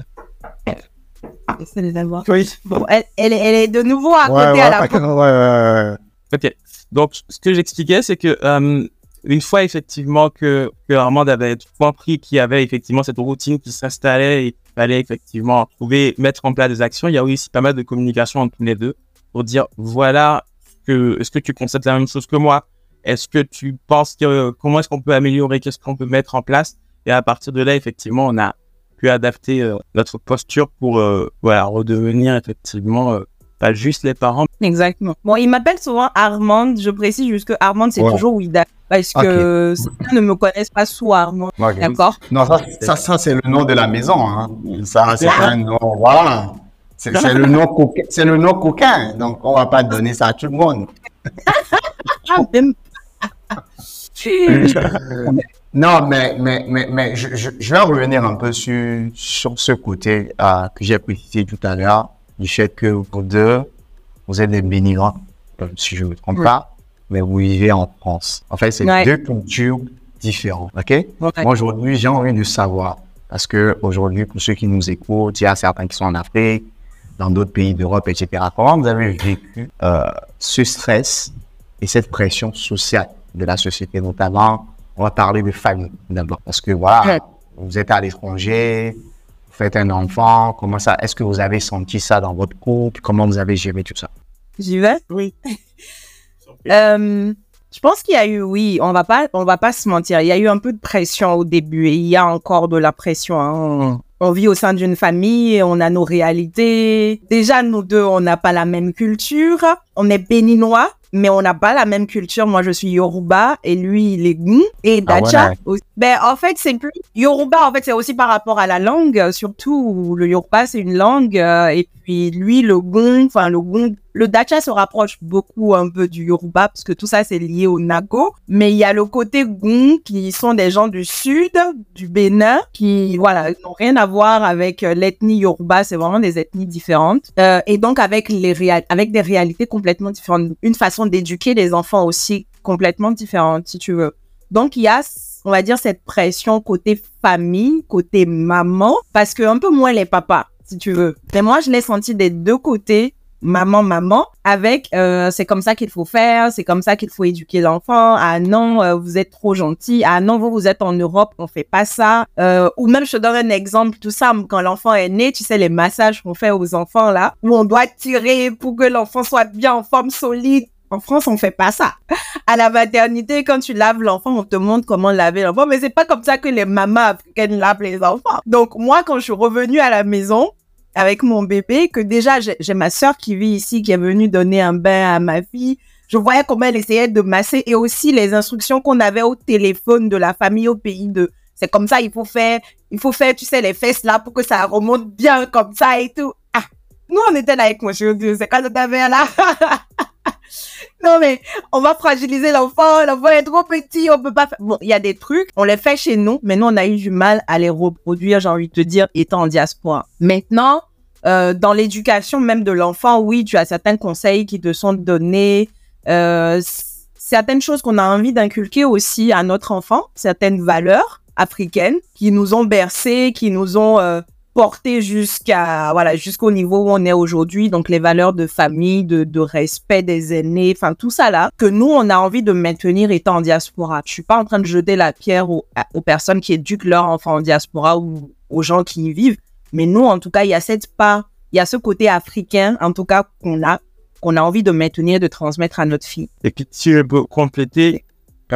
Essaye de la voir. Oui. Bon, elle, elle, est, elle est de nouveau à Ouais, côté ouais, à la ouais, fois. ouais, ouais, ouais. Ok. Donc, ce que j'expliquais, c'est que euh, une fois effectivement que, que Armand avait compris qu'il y avait effectivement cette routine qui s'installait et qu'il fallait effectivement trouver, mettre en place des actions, il y a aussi pas mal de communication entre les deux pour dire voilà, que, est-ce que tu constates la même chose que moi? Est-ce que tu penses que comment est-ce qu'on peut améliorer? Qu'est-ce qu'on peut mettre en place? Et à partir de là, effectivement, on a pu adapter euh, notre posture pour euh, voilà, redevenir effectivement euh, pas juste les parents. Exactement. Bon, il m'appelle souvent Armande. Je précise juste que Armande, c'est Ouais. toujours Ouida. Parce que okay. Certains ne me connaissent pas sous Armande. Okay. D'accord? Non, ça, ça, ça c'est le nom de la maison. Hein. Ça, c'est un nom. Voilà. C'est le nom coquin. C'est le nom coquin. Donc, on va pas donner ça à tout le monde. Non, mais, mais, mais, mais je, je, je vais revenir un peu sur, sur ce côté euh, que j'ai précisé tout à l'heure, du fait que vous deux, vous êtes des migrants, si je ne me trompe oui. pas, mais vous vivez en France. En fait, c'est ouais. deux cultures différentes, ok? Ouais. Moi, aujourd'hui, j'ai envie de savoir, parce que aujourd'hui, pour ceux qui nous écoutent, il y a certains qui sont en Afrique, dans d'autres pays d'Europe, et cetera. Comment vous avez vécu euh, ce stress et cette pression sociale de la société, notamment, on va parler de famille d'abord, parce que voilà, ouais. vous êtes à l'étranger, vous faites un enfant, comment ça, est-ce que vous avez senti ça dans votre couple, comment vous avez géré tout ça? J'y vais? Oui. euh, je pense qu'il y a eu, oui, on va pas, on va pas se mentir, il y a eu un peu de pression au début et il y a encore de la pression. Hein. On, on vit au sein d'une famille, on a nos réalités. Déjà, nous deux, on n'a pas la même culture. On est béninois, mais on n'a pas la même culture. Moi, je suis Yoruba et lui, il est Gun et Dacha. Ah ouais. Ben, en fait, c'est plus Yoruba. En fait, c'est aussi par rapport à la langue, surtout le Yoruba, c'est une langue. Euh, et puis lui, le Gun, enfin le Gun, le Dacha se rapproche beaucoup un peu du Yoruba parce que tout ça, c'est lié au Nago. Mais il y a le côté Gun qui sont des gens du sud, du Bénin, qui voilà n'ont rien à voir avec l'ethnie Yoruba. C'est vraiment des ethnies différentes. Euh, et donc avec les réal avec des réalités complètement différentes. Une façon d'éduquer les enfants aussi complètement différente, si tu veux. Donc, il y a, on va dire, cette pression côté famille, côté maman, parce que un peu moins les papas, si tu veux. Mais moi, je l'ai senti des deux côtés, maman, maman, avec euh, c'est comme ça qu'il faut faire, c'est comme ça qu'il faut éduquer l'enfant. Ah non, euh, vous êtes trop gentil. Ah non, vous, vous êtes en Europe, on fait pas ça. Euh, ou même, je te donne un exemple, tout ça, quand l'enfant est né, tu sais, les massages qu'on fait aux enfants, là, où on doit tirer pour que l'enfant soit bien en forme solide. En France, on fait pas ça. À la maternité, quand tu laves l'enfant, on te montre comment laver l'enfant, mais c'est pas comme ça que les mamans africaines lavent les enfants. Donc, moi, quand je suis revenue à la maison, avec mon bébé, que déjà, j'ai ma sœur qui vit ici, qui est venue donner un bain à ma fille. Je voyais comment elle essayait de masser et aussi les instructions qu'on avait au téléphone de la famille au pays de, c'est comme ça, il faut faire, il faut faire, tu sais, les fesses là pour que ça remonte bien comme ça et tout. Ah, nous, on était là avec moi, je dis, c'est quoi cette affaire là? Non, mais on va fragiliser l'enfant, l'enfant est trop petit, on peut pas faire. Bon, il y a des trucs, on les fait chez nous, mais nous, on a eu du mal à les reproduire, j'ai envie de te dire, étant en diaspora. Maintenant, euh, dans l'éducation même de l'enfant, oui, tu as certains conseils qui te sont donnés, euh, certaines choses qu'on a envie d'inculquer aussi à notre enfant, certaines valeurs africaines qui nous ont bercés, qui nous ont euh, portés jusqu'à voilà jusqu'au niveau où on est aujourd'hui. Donc les valeurs de famille, de, de respect des aînés, enfin tout ça là que nous on a envie de maintenir étant en diaspora. Je suis pas en train de jeter la pierre aux, aux personnes qui éduquent leurs enfants en diaspora ou aux gens qui y vivent, mais nous en tout cas il y a cette part, il y a ce côté africain en tout cas qu'on a qu'on a envie de maintenir, de transmettre à notre fille. Et puis si je peux compléter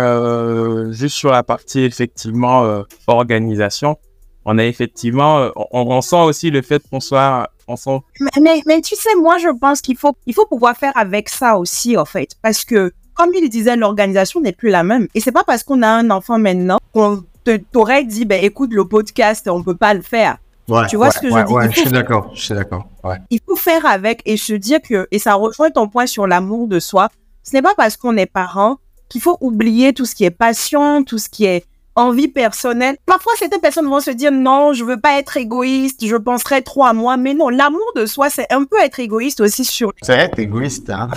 euh, juste sur la partie effectivement euh, organisation. On a effectivement, euh, on, on sent aussi le fait qu'on soit ensemble. Mais, mais, mais tu sais, moi, je pense qu'il faut, il faut pouvoir faire avec ça aussi, en fait. Parce que, comme il disait, l'organisation n'est plus la même. Et c'est pas parce qu'on a un enfant maintenant qu'on te, t'aurait dit, ben, écoute, le podcast, on peut pas le faire. Ouais, tu vois ouais, ce que ouais, je dis? Ouais, il je faut, suis d'accord, je suis d'accord. Ouais. Il faut faire avec et se dire que, et ça rejoint ton point sur l'amour de soi, ce n'est pas parce qu'on est parent qu'il faut oublier tout ce qui est passion, tout ce qui est envie personnelle. Parfois, certaines personnes vont se dire non, je veux pas être égoïste, je penserai trop à moi. Mais non, l'amour de soi, c'est un peu être égoïste aussi sur... C'est être égoïste, hein.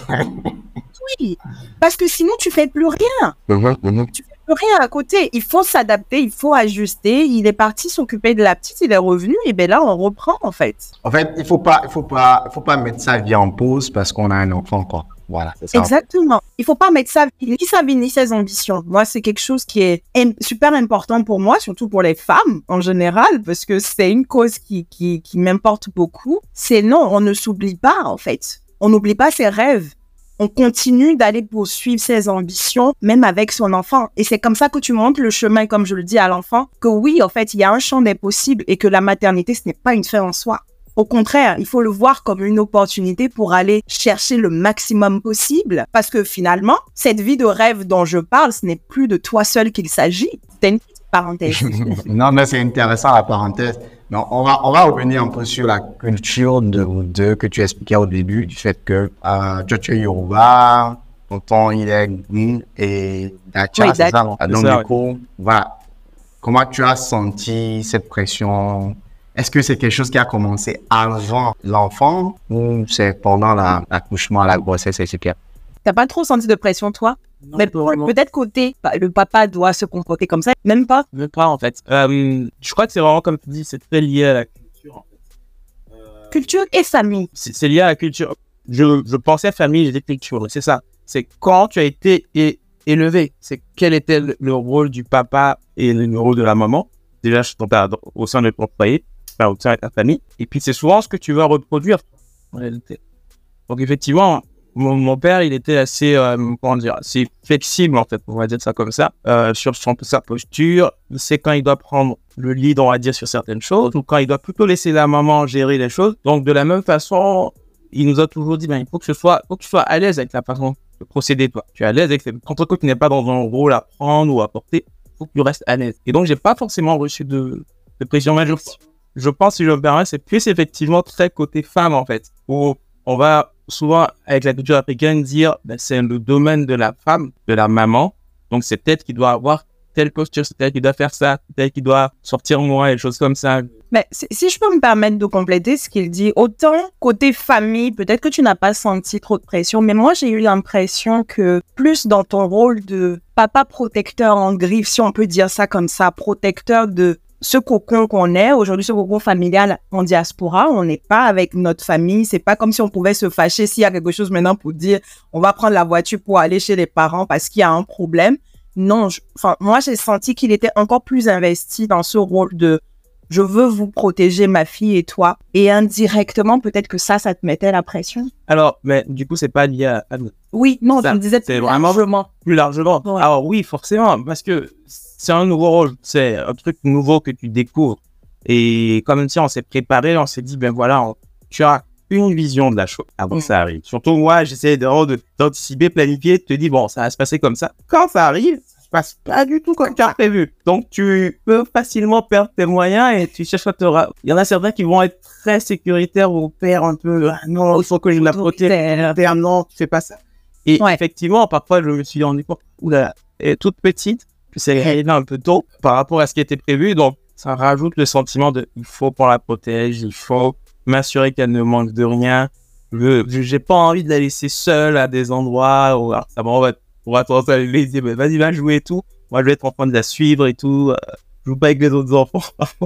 Oui, parce que sinon, tu fais plus rien. Mm-hmm, mm-hmm. Tu fais plus rien à côté. Il faut s'adapter, il faut ajuster. Il est parti s'occuper de la petite, il est revenu, et bien là, on reprend, en fait. En fait, il faut pas, il faut pas, il faut pas mettre sa vie en pause parce qu'on a un enfant, quoi. Voilà, c'est ça. Exactement. Il faut pas mettre sa vie, ni sa vie, ni ses ambitions. Moi, c'est quelque chose qui est im- super important pour moi, surtout pour les femmes en général, parce que c'est une cause qui, qui, qui m'importe beaucoup. C'est non, on ne s'oublie pas, en fait. On n'oublie pas ses rêves. On continue d'aller poursuivre ses ambitions, même avec son enfant. Et c'est comme ça que tu montres le chemin, comme je le dis à l'enfant, que oui, en fait, il y a un champ des possibles et que la maternité, ce n'est pas une fin en soi. Au contraire, il faut le voir comme une opportunité pour aller chercher le maximum possible. Parce que finalement, cette vie de rêve dont je parle, ce n'est plus de toi seul qu'il s'agit. C'est une petite parenthèse. Non, mais c'est intéressant la parenthèse. Non, on va, on va revenir un peu sur la culture de vous deux que tu expliquais au début, du fait que euh, tu es Yoruba, tonton il est Gmin et Dacha, Oui, c'est ça, Dacha. non? C'est Donc ça, du coup, voilà. Comment tu as senti cette pression? Est-ce que c'est quelque chose qui a commencé avant l'enfant ou c'est pendant la, l'accouchement, la grossesse, et cetera? T'as pas trop senti de pression, toi? Non, Mais pas vraiment. peut-être côté, bah, le papa doit se comporter comme ça, même pas. Même pas en fait. Euh, je crois que c'est vraiment comme tu dis, c'est très lié à la culture en fait. Euh, Culture et famille. c'est, c'est lié à la culture. Je, je pensais famille, j'ai dit culture, c'est ça. C'est quand tu as été é- élevé. C'est quel était le, le rôle du papa et le rôle de la maman. Déjà dans ta, dans- au sein de ton foyer, enfin, au sein de ta famille. Et puis c'est souvent ce que tu vas reproduire en réalité. Donc effectivement, mon, mon père, il était assez, euh, comment dire, assez flexible en fait, on va dire ça comme ça, euh, sur son, sa posture. Il sait quand il doit prendre le lead, on va dire, sur certaines choses, ou quand il doit plutôt laisser la maman gérer les choses. Donc de la même façon, il nous a toujours dit, ben, il faut que ce soit, faut que tu sois à l'aise avec la façon de procéder, toi. Tu es à l'aise avec, quand toi, tu n'es pas dans un rôle à prendre ou à porter, il faut que tu restes à l'aise. Et donc, j'ai pas forcément reçu de, de pression. Mais je, je pense, si je me permets, c'est plus effectivement très côté femme, en fait, où on va souvent, avec la culture africaine, dire, ben, c'est le domaine de la femme, de la maman. Donc, c'est peut-être qu'il doit avoir telle posture, c'est peut-être qu'il doit faire ça, peut-être qu'il doit sortir moins, et des choses comme ça. Mais si, si je peux me permettre de compléter ce qu'il dit, autant côté famille, peut-être que tu n'as pas senti trop de pression, mais moi j'ai eu l'impression que plus dans ton rôle de papa protecteur en griffe, si on peut dire ça comme ça, protecteur de ce cocon qu'on est, aujourd'hui ce cocon familial en diaspora, on n'est pas avec notre famille, c'est pas comme si on pouvait se fâcher s'il y a quelque chose maintenant pour dire on va prendre la voiture pour aller chez les parents parce qu'il y a un problème. Non, je, enfin, moi j'ai senti qu'il était encore plus investi dans ce rôle de je veux vous protéger, ma fille et toi. Et indirectement, peut-être que ça, ça te mettait la pression. Alors, mais du coup, c'est pas lié à, à nous. Oui, non, Ça, tu me disais c'est plus vraiment- largement. Plus largement. Ouais. Alors oui, forcément, parce que c'est un nouveau rôle, c'est un truc nouveau que tu découvres. Et comme si on s'est préparé, on s'est dit, ben voilà, on- tu as une vision de la chose avant Mm. que ça arrive. Surtout moi, j'essaie de, de- d'anticiper, planifier, de te dire, bon, ça va se passer comme ça. Quand ça arrive, ça se passe pas du tout comme tu as prévu. Donc tu peux facilement perdre tes moyens et tu cherches à te... ra- Il y en a certains qui vont être très sécuritaires ou perdre un peu, ah, non, il faut que je la protège. Autoritaire. Non, tu fais pas ça. Et Ouais. effectivement, parfois, je me suis rendu compte, oula, elle est toute petite, que c'est arrivé un peu tôt par rapport à ce qui était prévu. Donc, ça rajoute le sentiment de, il faut qu'on la protège, il faut m'assurer qu'elle ne manque de rien. Je, je- j'ai pas envie de la laisser seule à des endroits où, alors, ça va, on va, on va tendance à lui dire, bah, vas-y, va jouer et tout. Moi, je vais être en train de la suivre et tout. Euh, joue pas avec les autres enfants.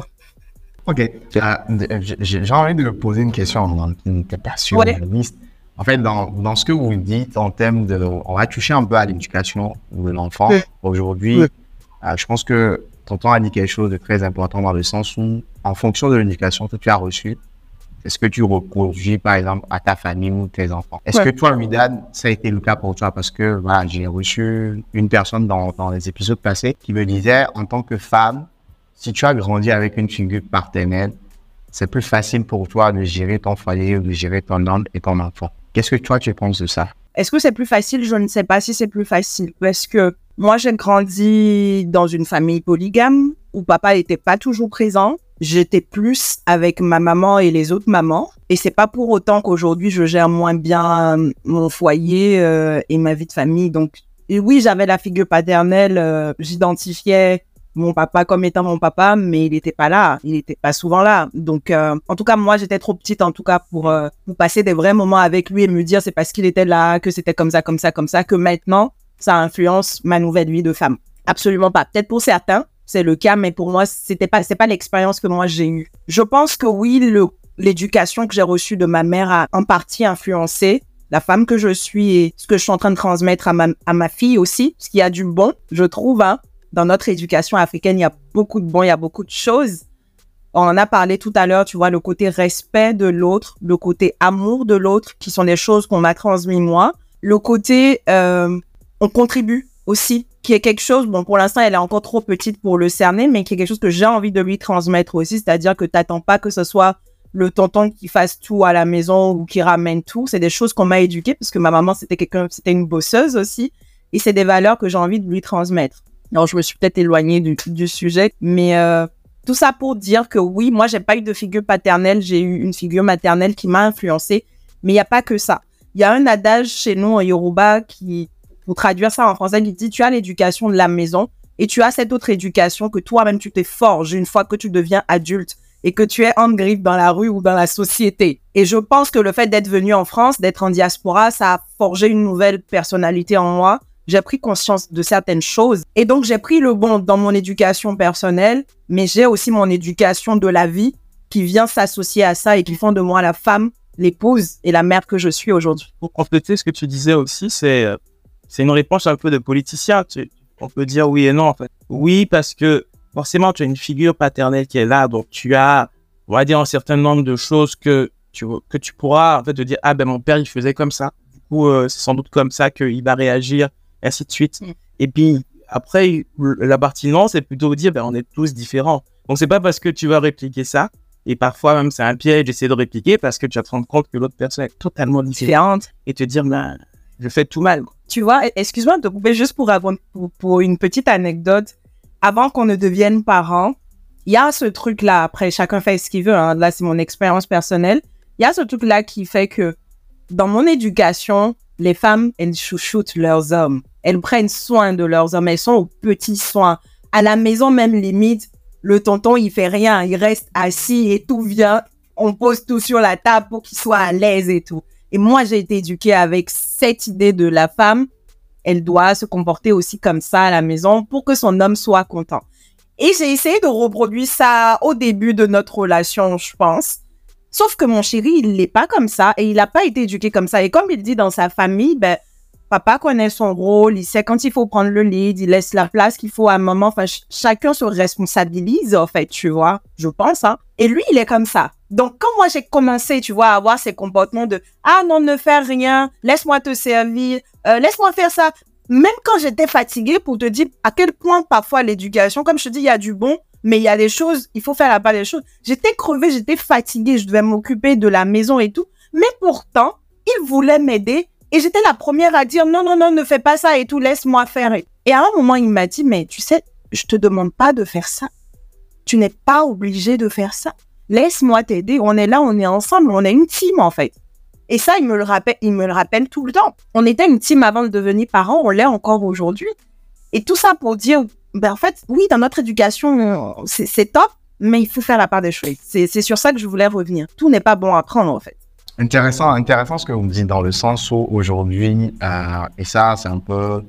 Ok. Euh, j'ai envie de poser une question qui n'était pas sur la liste. En fait, dans, dans ce que vous dites en termes de... On va toucher un peu à l'éducation de l'enfant. Oui. Aujourd'hui, oui. euh, je pense que tonton a dit quelque chose de très important dans le sens où, en fonction de l'éducation que tu as reçue, est-ce que tu reproduis, par exemple, à ta famille ou tes enfants? Est-ce ouais. que toi, Widad, ça a été le cas pour toi? Parce que voilà, j'ai reçu une personne dans, dans les épisodes passés qui me disait, en tant que femme, si tu as grandi avec une figure paternelle, c'est plus facile pour toi de gérer ton foyer ou de gérer ton homme et ton enfant. Qu'est-ce que toi, tu penses de ça? Est-ce que c'est plus facile? Je ne sais pas si c'est plus facile. Parce que moi, j'ai grandi dans une famille polygame où papa n'était pas toujours présent. J'étais plus avec ma maman et les autres mamans. Et c'est pas pour autant qu'aujourd'hui, je gère moins bien mon foyer euh, et ma vie de famille. Donc, et oui, j'avais la figure paternelle. Euh, j'identifiais mon papa comme étant mon papa, mais il n'était pas là. Il n'était pas souvent là. Donc, euh, en tout cas, moi, j'étais trop petite, en tout cas, pour, euh, pour passer des vrais moments avec lui et me dire c'est parce qu'il était là, que c'était comme ça, comme ça, comme ça, que maintenant, ça influence ma nouvelle vie de femme. Absolument pas. Peut-être pour certains, c'est le cas, mais pour moi, c'était pas, c'est pas l'expérience que moi j'ai eue. Je pense que oui, le, l'éducation que j'ai reçue de ma mère a en partie influencé la femme que je suis et ce que je suis en train de transmettre à ma, à ma fille aussi, ce qui a du bon, je trouve, hein. Dans notre éducation africaine, il y a beaucoup de bon, il y a beaucoup de choses. On en a parlé tout à l'heure, tu vois, le côté respect de l'autre, le côté amour de l'autre, qui sont des choses qu'on m'a transmis moi. Le côté, euh, on contribue aussi, qui est quelque chose, bon, pour l'instant, elle est encore trop petite pour le cerner, mais qui est quelque chose que j'ai envie de lui transmettre aussi, c'est-à-dire que t'attends pas que ce soit le tonton qui fasse tout à la maison ou qui ramène tout. C'est des choses qu'on m'a éduquées, parce que ma maman, c'était quelqu'un, c'était une bosseuse aussi, et c'est des valeurs que j'ai envie de lui transmettre. Alors, je me suis peut-être éloignée du, du sujet, mais euh, tout ça pour dire que oui, moi, j'ai pas eu de figure paternelle, j'ai eu une figure maternelle qui m'a influencée, mais il n'y a pas que ça. Il y a un adage chez nous en Yoruba qui, pour traduire ça en français, qui dit « Tu as l'éducation de la maison et tu as cette autre éducation que toi-même, tu t'es forges une fois que tu deviens adulte et que tu es en griffe dans la rue ou dans la société. » Et je pense que le fait d'être venu en France, d'être en diaspora, ça a forgé une nouvelle personnalité en moi. J'ai pris conscience de certaines choses. Et donc, j'ai pris le bon dans mon éducation personnelle, mais j'ai aussi mon éducation de la vie qui vient s'associer à ça et qui font de moi la femme, l'épouse et la mère que je suis aujourd'hui. Pour compléter ce que tu disais aussi, c'est, c'est une réponse un peu de politicien. Tu, on peut dire oui et non, en fait. Oui, parce que forcément, tu as une figure paternelle qui est là, donc tu as, on va dire, un certain nombre de choses que tu, que tu pourras, en fait, te dire, ah ben, mon père, il faisait comme ça. Du coup, euh, c'est sans doute comme ça qu'il va réagir, ainsi de suite. Mm. Et puis, après, la partie non, c'est plutôt dire, ben, on est tous différents. Donc, c'est pas parce que tu vas répliquer ça, et parfois même, c'est un piège d'essayer de répliquer parce que tu vas te rendre compte que l'autre personne est totalement différente et te dire, ben, je fais tout mal. Tu vois, excuse-moi de te couper juste pour, avoir, pour, pour une petite anecdote. Avant qu'on ne devienne parents, il y a ce truc-là, après, chacun fait ce qu'il veut, hein. Là, c'est mon expérience personnelle. Il y a ce truc-là qui fait que, dans mon éducation, les femmes, elles chouchoutent leurs hommes. Elles prennent soin de leurs hommes. Elles sont aux petits soins. À la maison, même limite, le tonton, il fait rien. Il reste assis et tout vient. On pose tout sur la table pour qu'il soit à l'aise et tout. Et moi, j'ai été éduquée avec cette idée de la femme. Elle doit se comporter aussi comme ça à la maison pour que son homme soit content. Et j'ai essayé de reproduire ça au début de notre relation, je pense. Sauf que mon chéri, il n'est pas comme ça et il n'a pas été éduqué comme ça. Et comme il dit dans sa famille, ben, papa connaît son rôle, il sait quand il faut prendre le lead, il laisse la place qu'il faut à un moment. Enfin, ch- chacun se responsabilise, en fait, tu vois, je pense, hein. Et lui, il est comme ça. Donc, quand moi, j'ai commencé, tu vois, à avoir ces comportements de « Ah non, ne fais rien, laisse-moi te servir, euh, laisse-moi faire ça », même quand j'étais fatiguée, pour te dire à quel point parfois l'éducation, comme je te dis, il y a du bon, mais il y a des choses, il faut faire la part des choses. J'étais crevée, j'étais fatiguée, je devais m'occuper de la maison et tout. Mais pourtant, il voulait m'aider et j'étais la première à dire non, non, non, ne fais pas ça et tout, laisse-moi faire. Et à un moment, il m'a dit, mais tu sais, je te demande pas de faire ça. Tu n'es pas obligé de faire ça. Laisse-moi t'aider. On est là, on est ensemble, on est une team en fait. Et ça, il me le rappelle, il me le rappelle tout le temps. On était une team avant de devenir parents, on l'est encore aujourd'hui. Et tout ça pour dire, ben en fait, oui, dans notre éducation, c'est, c'est top, mais il faut faire la part des choses. C'est, c'est sur ça que je voulais revenir. Tout n'est pas bon à prendre, en fait. Intéressant, intéressant ce que vous me dites dans le sens où aujourd'hui, euh, et ça, c'est un peu,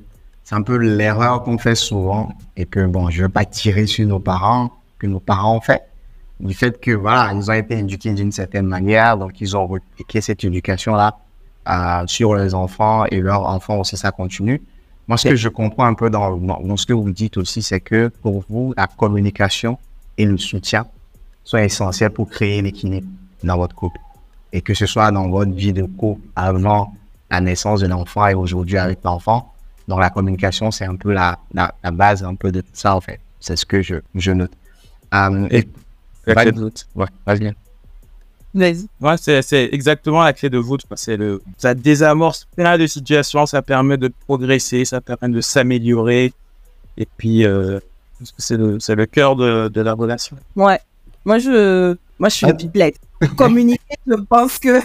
c'est un peu l'erreur qu'on fait souvent et que, bon, je ne veux pas tirer sur nos parents, que nos parents ont fait. Du fait que, voilà, ils ont été éduqués d'une certaine manière, donc ils ont répliqué cette éducation-là euh, sur les enfants et leurs enfants aussi, ça continue. Moi, ce que je comprends un peu dans, dans, dans ce que vous dites aussi, c'est que pour vous, la communication et le soutien sont essentiels pour créer l'équilibre dans votre couple. Et que ce soit dans votre vie de couple avant la naissance de l'enfant et aujourd'hui avec l'enfant. Donc, la communication, c'est un peu la, la, la base un peu de tout ça, en fait. C'est ce que je, je note. Um, et la clé de voûte. Ouais, vas-y. Vas-y. Ouais, c'est, c'est exactement la clé de voûte. C'est le, ça désamorce plein de situations, ça permet de progresser, ça permet de s'améliorer. Et puis, euh, c'est, le, c'est le cœur de, de la relation. Ouais. Moi, je, moi, je suis Ah. une pipelette. Communiquer, je pense que...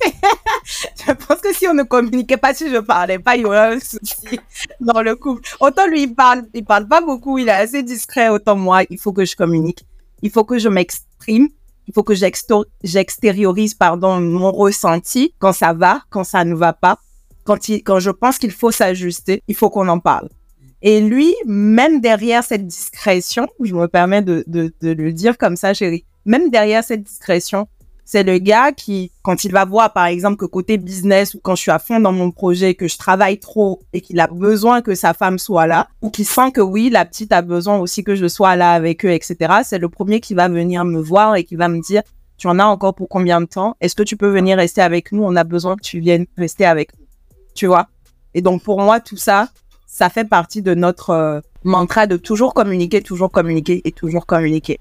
je pense que si on ne communiquait pas, si je parlais pas, il y aurait un souci dans le couple. Autant lui, il parle, il parle pas beaucoup, il est assez discret, autant moi, il faut que je communique. Il faut que je m'exprime. Il faut que j'exto- j'extériorise, pardon, mon ressenti quand ça va, quand ça ne va pas. Quand il, quand je pense qu'il faut s'ajuster, il faut qu'on en parle. Et lui, même derrière cette discrétion, je me permets de, de, de le dire comme ça, chérie, même derrière cette discrétion, c'est le gars qui, quand il va voir, par exemple, que côté business ou quand je suis à fond dans mon projet, que je travaille trop et qu'il a besoin que sa femme soit là, ou qu'il sent que oui, la petite a besoin aussi que je sois là avec eux, et cetera, c'est le premier qui va venir me voir et qui va me dire, tu en as encore pour combien de temps? Est-ce que tu peux venir rester avec nous? On a besoin que tu viennes rester avec nous. Tu vois? Et donc, pour moi, tout ça, ça fait partie de notre euh, mantra de toujours communiquer, toujours communiquer et toujours communiquer.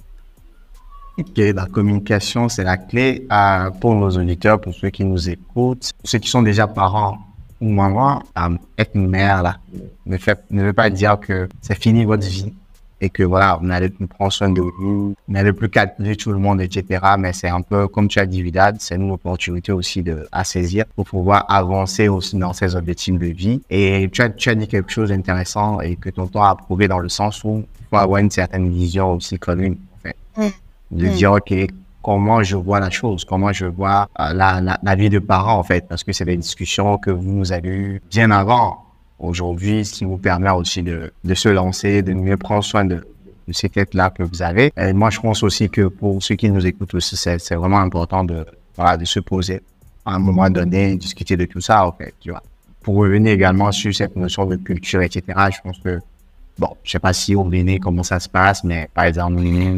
Ok, la communication, c'est la clé euh, pour nos auditeurs, pour ceux qui nous écoutent, ceux qui sont déjà parents ou mamans. Euh, être mère, là, ne, fait, ne veut pas dire que c'est fini votre vie et que voilà, vous n'allez plus prendre soin de vous, vous n'allez plus calculer tout le monde, et cetera. Mais c'est un peu, comme tu as dit, Vidal, c'est une opportunité aussi de, à saisir pour pouvoir avancer aussi dans ses objectifs de vie. Et tu as, tu as dit quelque chose d'intéressant et que tonton a approuvé dans le sens où il faut avoir une certaine vision aussi commune, en fait. Mm. De dire, OK, comment je vois la chose, comment je vois euh, la, la, la vie de parents, en fait, parce que c'est des discussions que vous avez eues bien avant. Aujourd'hui, ce qui vous permet aussi de, de se lancer, de mieux prendre soin de, de ces têtes-là que vous avez. Et moi, je pense aussi que pour ceux qui nous écoutent aussi, c'est, c'est vraiment important de, voilà, de se poser à un moment donné, discuter de tout ça, en fait, tu vois. Pour revenir également sur cette notion de culture, et cetera, je pense que, bon, je sais pas si au Bénin, comment ça se passe, mais par exemple,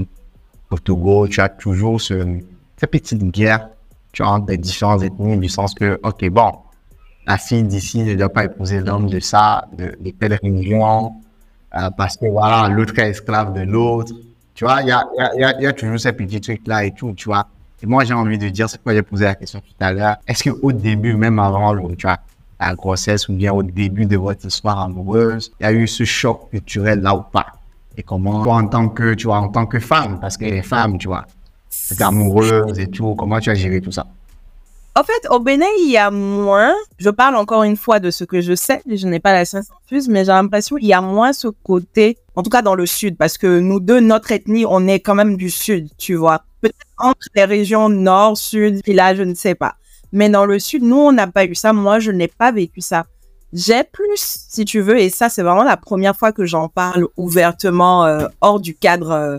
au Togo, tu as toujours ce, cette petite guerre, tu vois, entre les différentes ethnies, du sens que, OK, bon, la fille d'ici ne doit pas épouser l'homme de ça, de, de telle religion, euh, parce que voilà, l'autre est esclave de l'autre. Tu vois, il y a, y, a, y a toujours ces petits trucs-là et tout, tu vois. Et moi, j'ai envie de dire, c'est quoi j'ai posé la question tout à l'heure. Est-ce qu'au début, même avant le, tu vois, la grossesse ou bien au début de votre histoire amoureuse, il y a eu ce choc culturel là ou pas? Et comment, toi, en tant que, tu vois, en tant que femme, parce que les femmes, tu vois, c'est amoureuse et tout, comment tu as géré tout ça? En fait, au Bénin, il y a moins, je parle encore une fois de ce que je sais, je n'ai pas la science infuse, mais j'ai l'impression qu'il y a moins ce côté, en tout cas dans le sud, parce que nous deux, notre ethnie, on est quand même du sud, tu vois. Peut-être entre les régions nord, sud, puis là, je ne sais pas. Mais dans le sud, nous, on n'a pas eu ça. Moi, je n'ai pas vécu ça. J'ai plus, si tu veux, et ça, c'est vraiment la première fois que j'en parle ouvertement, euh, hors du cadre euh,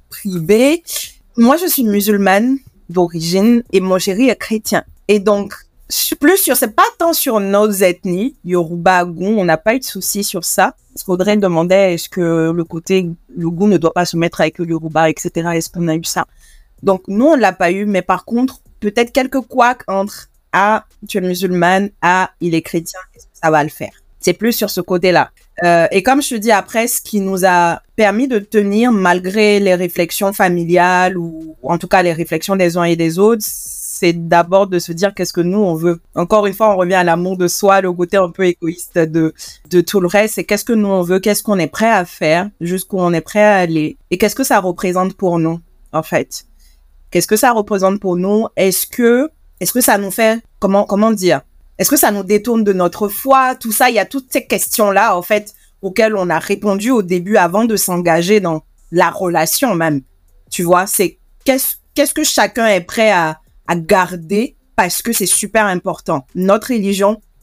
privé. Moi, je suis musulmane d'origine et mon chéri est chrétien. Et donc, je suis plus sur, c'est pas tant sur nos ethnies, Yoruba, Goum, on n'a pas eu de soucis sur ça. Il faudrait demander, est-ce que le côté, le Goum ne doit pas se mettre avec le Yoruba, et cetera. Est-ce qu'on a eu ça? Donc, nous, on l'a pas eu, mais par contre, peut-être quelques couacs entre ah, tu es musulmane, ah, il est chrétien, ça va le faire. C'est plus sur ce côté-là. Euh, et comme je te dis après, ce qui nous a permis de tenir malgré les réflexions familiales ou, ou en tout cas les réflexions des uns et des autres, c'est d'abord de se dire qu'est-ce que nous on veut. Encore une fois, on revient à l'amour de soi, le côté un peu égoïste de de tout le reste. C'est qu'est-ce que nous on veut, qu'est-ce qu'on est prêt à faire, jusqu'où on est prêt à aller, et qu'est-ce que ça représente pour nous en fait. Qu'est-ce que ça représente pour nous? Est-ce que Est-ce que ça nous fait, comment, comment dire? Est-ce que ça nous détourne de notre foi? Tout ça, il y a toutes ces questions-là, en fait, auxquelles on a répondu au début avant de s'engager dans la relation même. Tu vois, c'est qu'est-ce, qu'est-ce que chacun est prêt à, à garder parce que c'est super important. Notre religion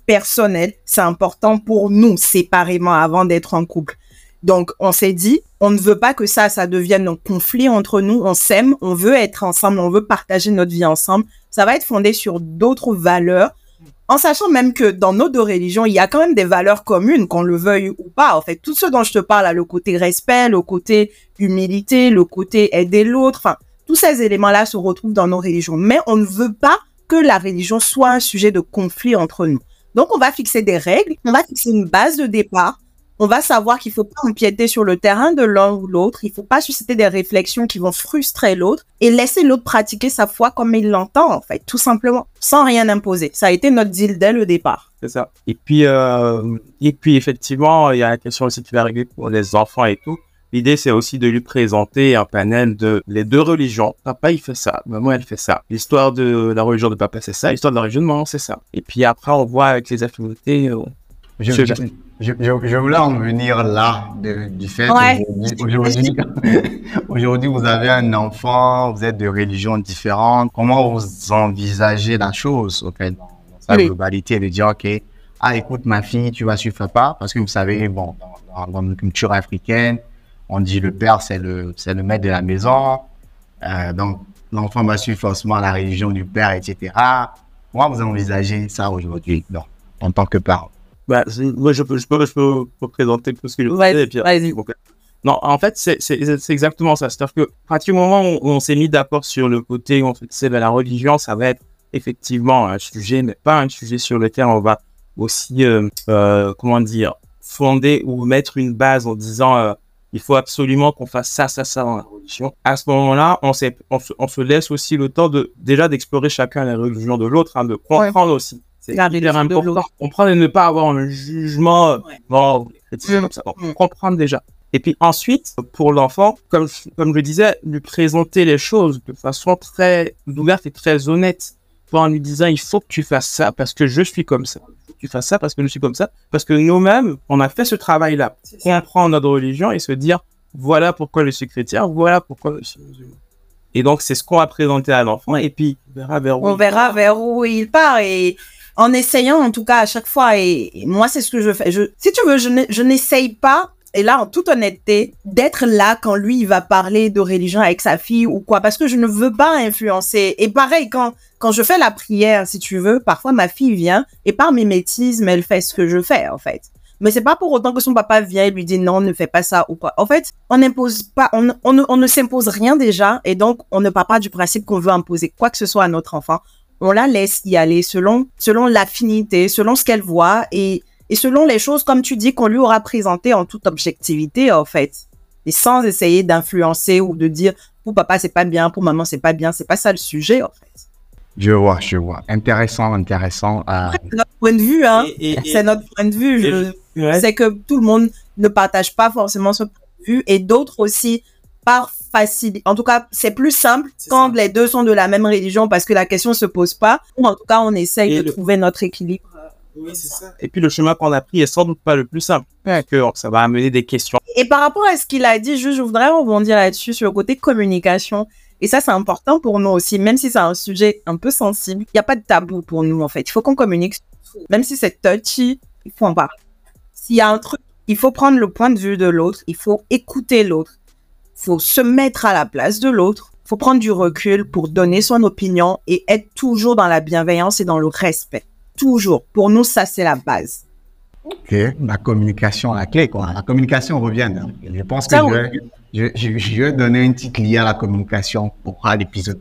personnelles, c'est important pour nous séparément avant d'être en couple. Donc, on s'est dit, on ne veut pas que ça, ça devienne un conflit entre nous. On s'aime, on veut être ensemble, on veut partager notre vie ensemble. Ça va être fondé sur d'autres valeurs, en sachant même que dans nos deux religions, il y a quand même des valeurs communes, qu'on le veuille ou pas. En fait, tout ce dont je te parle, là, le côté respect, le côté humilité, le côté aider l'autre, enfin, tous ces éléments-là se retrouvent dans nos religions. Mais on ne veut pas que la religion soit un sujet de conflit entre nous. Donc, on va fixer des règles, on va fixer une base de départ. On va savoir qu'il faut pas empiéter sur le terrain de l'un ou l'autre. Il faut pas susciter des réflexions qui vont frustrer l'autre et laisser l'autre pratiquer sa foi comme il l'entend, en fait, tout simplement, sans rien imposer. Ça a été notre deal dès le départ. C'est ça. Et puis, euh, et puis effectivement, il y a la question aussi qui va arriver pour les enfants et tout. L'idée, c'est aussi de lui présenter un panel de les deux religions. Papa, il fait ça. Maman, elle fait ça. L'histoire de la religion de papa, c'est ça. L'histoire de la religion de maman, c'est ça. Et puis après, on voit avec les affinités. Euh, Je, je, je, je, je voulais en venir là, de, du fait Ouais. qu'aujourd'hui, aujourd'hui, vous avez un enfant, vous êtes de religions différentes. Comment vous envisagez la chose, au fait, dans sa Oui. globalité, de dire, OK, ah, écoute, ma fille, tu vas suivre papa, parce que vous savez, bon, dans, dans, dans notre culture africaine, on dit le père, c'est le, c'est le maître de la maison. Euh, donc, l'enfant va suivre forcément la religion du père, et cetera. Comment vous envisagez ça aujourd'hui, non, en tant que parent? Bah, moi, je peux, je peux, je peux me présenter tout ce que je Ouais, sais, et puis, vas-y. donc, non, en fait, c'est, c'est, c'est exactement ça. C'est-à-dire que, à partir du moment où on s'est mis d'accord sur le côté, où on fait, c'est la religion, ça va être effectivement un sujet, mais pas un sujet sur lequel on va aussi, euh, euh, comment dire, fonder ou mettre une base en disant, euh, il faut absolument qu'on fasse ça, ça, ça dans la religion. À ce moment-là, on, s'est, on, se, on se laisse aussi le temps de, déjà d'explorer chacun la religion de l'autre, hein, de comprendre ouais. aussi. C'est La hyper important. Comprendre et ne pas avoir un jugement, euh, ouais. non, chrétien, comme ça. Donc, mmh. comprendre déjà. Et puis ensuite, pour l'enfant, comme, comme je le disais, lui présenter les choses de façon très ouverte et très honnête. En lui disant, il faut que tu fasses ça parce que je suis comme ça. Il faut que tu fasses ça parce que je suis comme ça. Parce que nous-mêmes, on a fait ce travail-là. Comprendre notre religion et se dire, voilà pourquoi je suis chrétien, voilà pourquoi je suis musulman. Et donc, c'est ce qu'on va présenter à l'enfant. Et puis, on verra vers où on il verra part. vers où il part. Et en essayant, en tout cas, à chaque fois, et, et moi, c'est ce que je fais. Je, si tu veux, je, ne, je n'essaye pas, et là, en toute honnêteté, d'être là quand lui, il va parler de religion avec sa fille ou quoi, parce que je ne veux pas influencer. Et pareil, quand, quand je fais la prière, si tu veux, parfois ma fille vient, et par mimétisme, elle fait ce que je fais, en fait. Mais c'est pas pour autant que son papa vient et lui dit non, ne fais pas ça ou quoi. En fait, on n'impose pas, on, on, on ne s'impose rien déjà, et donc on ne part pas du principe qu'on veut imposer quoi que ce soit à notre enfant. On la laisse y aller selon, selon l'affinité, selon ce qu'elle voit, et, et selon les choses, comme tu dis, qu'on lui aura présentées en toute objectivité, en fait. Et sans essayer d'influencer ou de dire, pour papa, c'est pas bien, pour maman, c'est pas bien. C'est pas ça le sujet, en fait. Je vois, je vois. Intéressant, intéressant. Euh... C'est notre point de vue, hein. Et, et, c'est notre point de vue. Je ouais. sais que tout le monde ne partage pas forcément ce point de vue, et d'autres aussi, par facile. En tout cas, c'est plus simple c'est quand ça. Les deux sont de la même religion parce que la question se pose pas. Ou en tout cas, on essaye et de le... trouver notre équilibre. Oui, c'est ça. Et puis, le chemin qu'on a pris est sans doute pas le plus simple. Ouais. Que ça va amener des questions. Et par rapport à ce qu'il a dit, je, je voudrais rebondir là-dessus sur le côté communication. Et ça, c'est important pour nous aussi, même si c'est un sujet un peu sensible. Il n'y a pas de tabou pour nous, en fait. Il faut qu'on communique. Même si c'est touchy, il faut en parler. S'il y a un truc, il faut prendre le point de vue de l'autre. Il faut écouter l'autre. Il faut se mettre à la place de l'autre. Il faut prendre du recul pour donner son opinion et être toujours dans la bienveillance et dans le respect. Toujours. Pour nous, ça, c'est la base. Ok, la communication, la clé, quoi. La communication revient. Hein. Je pense que ça, je, vais, je, je, je vais donner une petite liée à la communication pour l'épisode.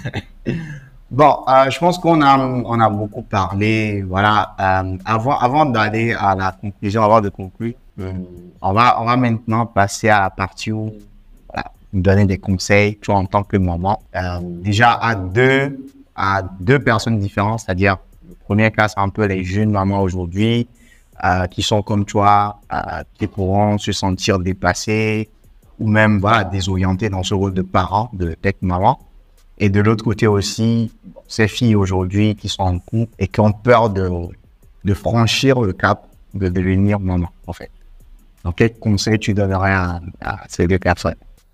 Bon, euh, je pense qu'on a, on a beaucoup parlé. Voilà. Euh, avant, avant d'aller à la conclusion, avant de conclure, euh, on va, on va maintenant passer à la partie où, voilà, vous donner des conseils, toi en tant que maman. Euh, déjà à deux, à deux personnes différentes, c'est-à-dire le premier cas, c'est un peu les jeunes mamans aujourd'hui. Euh, qui sont comme toi, euh, qui pourront se sentir dépassés ou même voilà, désorientés dans ce rôle de parent, de tête maman. Et de l'autre côté aussi, ces filles aujourd'hui qui sont en couple et qui ont peur de, de franchir le cap de devenir maman, en fait. Donc, quel conseil tu donnerais à, à ces deux personnes?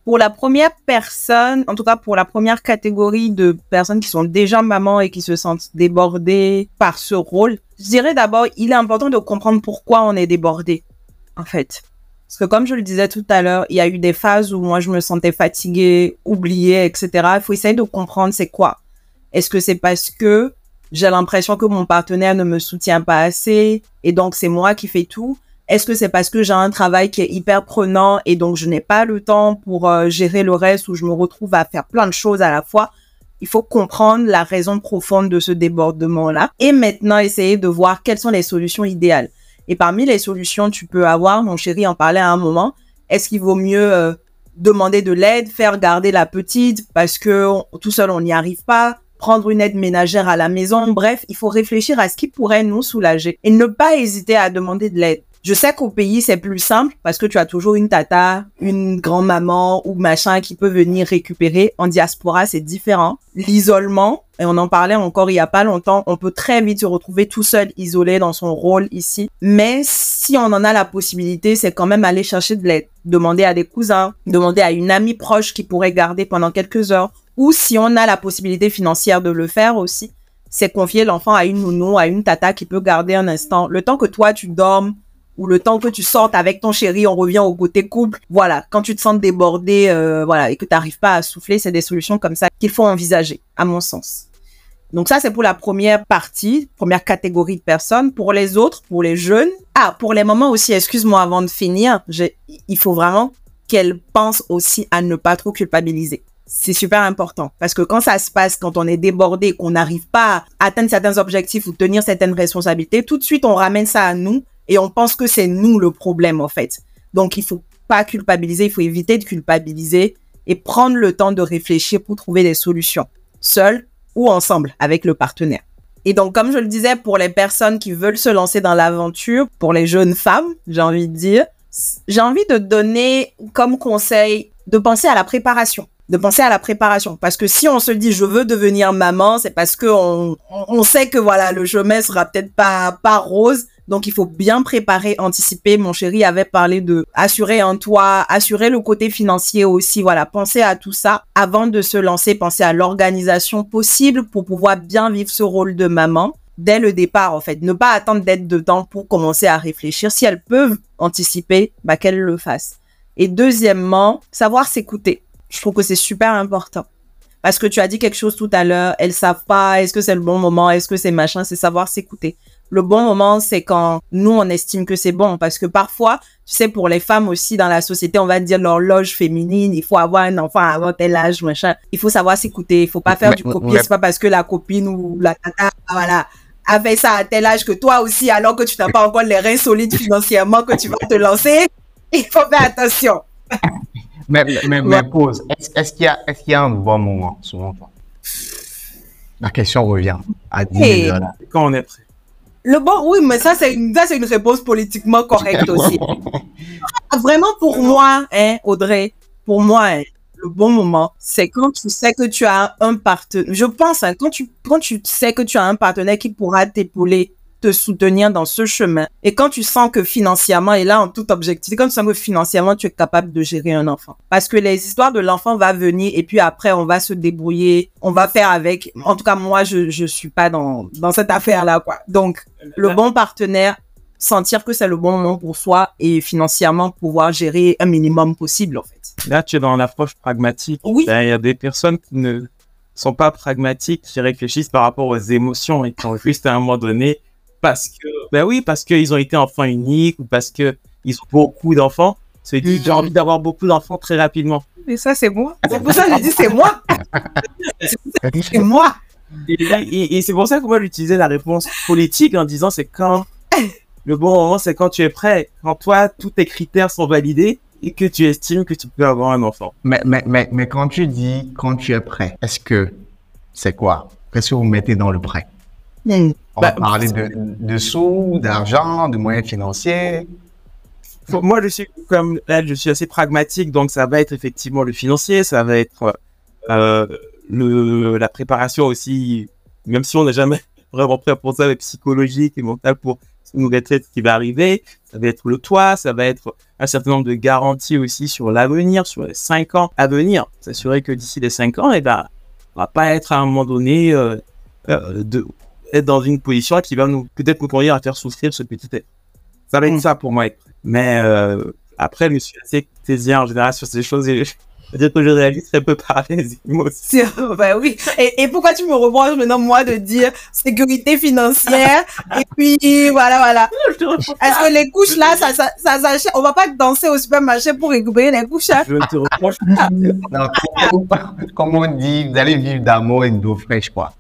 Pour la première personne, en tout cas pour la première catégorie de personnes qui sont déjà mamans et qui se sentent débordées par ce rôle, je dirais d'abord, il est important de comprendre pourquoi on est débordé, en fait. Parce que comme je le disais tout à l'heure, il y a eu des phases où moi je me sentais fatiguée, oubliée, et cetera. Il faut essayer de comprendre c'est quoi. Est-ce que c'est parce que j'ai l'impression que mon partenaire ne me soutient pas assez et donc c'est moi qui fais tout? Est-ce que c'est parce que j'ai un travail qui est hyper prenant et donc je n'ai pas le temps pour euh, gérer le reste ou je me retrouve à faire plein de choses à la fois? Il faut comprendre la raison profonde de ce débordement-là et maintenant essayer de voir quelles sont les solutions idéales. Et parmi les solutions, tu peux avoir, mon chéri en parlait à un moment, est-ce qu'il vaut mieux euh, demander de l'aide, faire garder la petite parce que on, tout seul on n'y arrive pas, prendre une aide ménagère à la maison? Bref, il faut réfléchir à ce qui pourrait nous soulager et ne pas hésiter à demander de l'aide. Je sais qu'au pays, c'est plus simple parce que tu as toujours une tata, une grand-maman ou machin qui peut venir récupérer. En diaspora, c'est différent. L'isolement, et on en parlait encore il y a pas longtemps, on peut très vite se retrouver tout seul, isolé dans son rôle ici. Mais si on en a la possibilité, c'est quand même aller chercher de l'aide. Demander à des cousins, demander à une amie proche qui pourrait garder pendant quelques heures. Ou si on a la possibilité financière de le faire aussi, c'est confier l'enfant à une nounou, à une tata qui peut garder un instant. Le temps que toi, tu dormes, ou le temps que tu sortes avec ton chéri, on revient au côté couple. Voilà, quand tu te sens débordé, euh, voilà, et que tu n'arrives pas à souffler, c'est des solutions comme ça qu'il faut envisager, à mon sens. Donc ça, c'est pour la première partie, première catégorie de personnes. Pour les autres, pour les jeunes, ah, pour les mamans aussi, excuse-moi avant de finir, j'ai, il faut vraiment qu'elles pensent aussi à ne pas trop culpabiliser. C'est super important parce que quand ça se passe, quand on est débordé, qu'on n'arrive pas à atteindre certains objectifs ou tenir certaines responsabilités, tout de suite, on ramène ça à nous. Et on pense que c'est nous le problème, en fait. Donc, il faut pas culpabiliser, il faut éviter de culpabiliser et prendre le temps de réfléchir pour trouver des solutions, seul ou ensemble, avec le partenaire. Et donc, comme je le disais, pour les personnes qui veulent se lancer dans l'aventure, pour les jeunes femmes, j'ai envie de dire, j'ai envie de donner comme conseil de penser à la préparation. De penser à la préparation. Parce que si on se dit, je veux devenir maman, c'est parce que on, on sait que voilà, le chemin sera peut-être pas, pas rose. Donc, il faut bien préparer, anticiper. Mon chéri avait parlé de assurer un toit, assurer le côté financier aussi. Voilà, penser à tout ça avant de se lancer, penser à l'organisation possible pour pouvoir bien vivre ce rôle de maman dès le départ, en fait. Ne pas attendre d'être dedans pour commencer à réfléchir. Si elles peuvent anticiper, bah, qu'elles le fassent. Et deuxièmement, savoir s'écouter. Je trouve que c'est super important. Parce que tu as dit quelque chose tout à l'heure, elles savent pas, est-ce que c'est le bon moment, est-ce que c'est machin, c'est savoir s'écouter. Le bon moment, c'est quand nous, on estime que c'est bon. Parce que parfois, tu sais, pour les femmes aussi, dans la société, on va dire l'horloge féminine, il faut avoir un enfant avant tel âge, machin. Il faut savoir s'écouter, il faut pas faire mais, du copier. Mais... C'est pas parce que la copine ou la tata, voilà, a fait ça à tel âge que toi aussi, alors que tu n'as pas encore les reins solides financièrement, que tu vas te lancer. Il faut faire attention. Mais, mais, mais pause, est-ce, est-ce, qu'il y a, est-ce qu'il y a un bon moment, selon toi? La question revient à dix mille dollars. Quand on est prêt. Le bon, oui, mais ça, c'est une, ça, c'est une réponse politiquement correcte aussi. Vraiment, pour moi, hein, Audrey, pour moi, hein, le bon moment, c'est quand tu sais que tu as un partenaire. Je pense, hein, quand tu, quand tu sais que tu as un partenaire qui pourra t'épauler, te soutenir dans ce chemin. Et quand tu sens que financièrement, et là, en toute objectivité, quand tu sens que financièrement, tu es capable de gérer un enfant. Parce que les histoires de l'enfant vont venir et puis après, on va se débrouiller, on va faire avec. En tout cas, moi, je, je suis pas dans, dans cette affaire-là, quoi. Donc, le bon partenaire, sentir que c'est le bon moment pour soi et financièrement pouvoir gérer un minimum possible, en fait. Là, tu es dans l'approche pragmatique. Oui. Il y a des personnes qui ne sont pas pragmatiques, qui réfléchissent par rapport aux émotions et qui ont juste à un moment donné parce que, ben oui, parce qu'ils ont été enfants uniques ou parce que ils ont beaucoup d'enfants. Se dit, j'ai envie d'avoir beaucoup d'enfants très rapidement. Et ça, c'est moi. C'est pour ça que je dis, c'est moi. C'est moi. Et, et, et c'est pour ça que moi, j'utilisais la réponse politique en disant, c'est quand le bon moment, c'est quand tu es prêt. Quand toi, tous tes critères sont validés et que tu estimes que tu peux avoir un enfant. Mais, mais, mais, mais quand tu dis, quand tu es prêt, est-ce que c'est quoi? Qu'est-ce que vous mettez dans le prêt? Mm. On va bah, parler de, de sous, d'argent, de moyens financiers. Moi, je suis comme elle, je suis assez pragmatique, donc ça va être effectivement le financier, ça va être euh, le, la préparation aussi, même si on n'a jamais vraiment prêt pour ça, psychologique et mental pour une retraite qui va arriver. Ça va être le toit, ça va être un certain nombre de garanties aussi sur l'avenir, sur les cinq ans à venir. S'assurer que d'ici les cinq ans, eh ben, on va pas être à un moment donné euh, euh, de être dans une position qui va nous peut-être nous conduire à faire souffrir ce petit être. Ça va être mmh. ça pour moi. Mais euh, après, je suis assez taisien en général sur ces choses et je veux dire que je réalise très peu par les émotions. Bah oui. Et, et pourquoi tu me reproches maintenant, moi, de dire sécurité financière et puis voilà, voilà. Est-ce que les couches là, ça, ça, ça s'achète? On va pas danser au supermarché pour récupérer les couches. Hein? Je te reproche. Non, comme, comme on dit, vous allez vivre d'amour et d'eau fraîche, quoi.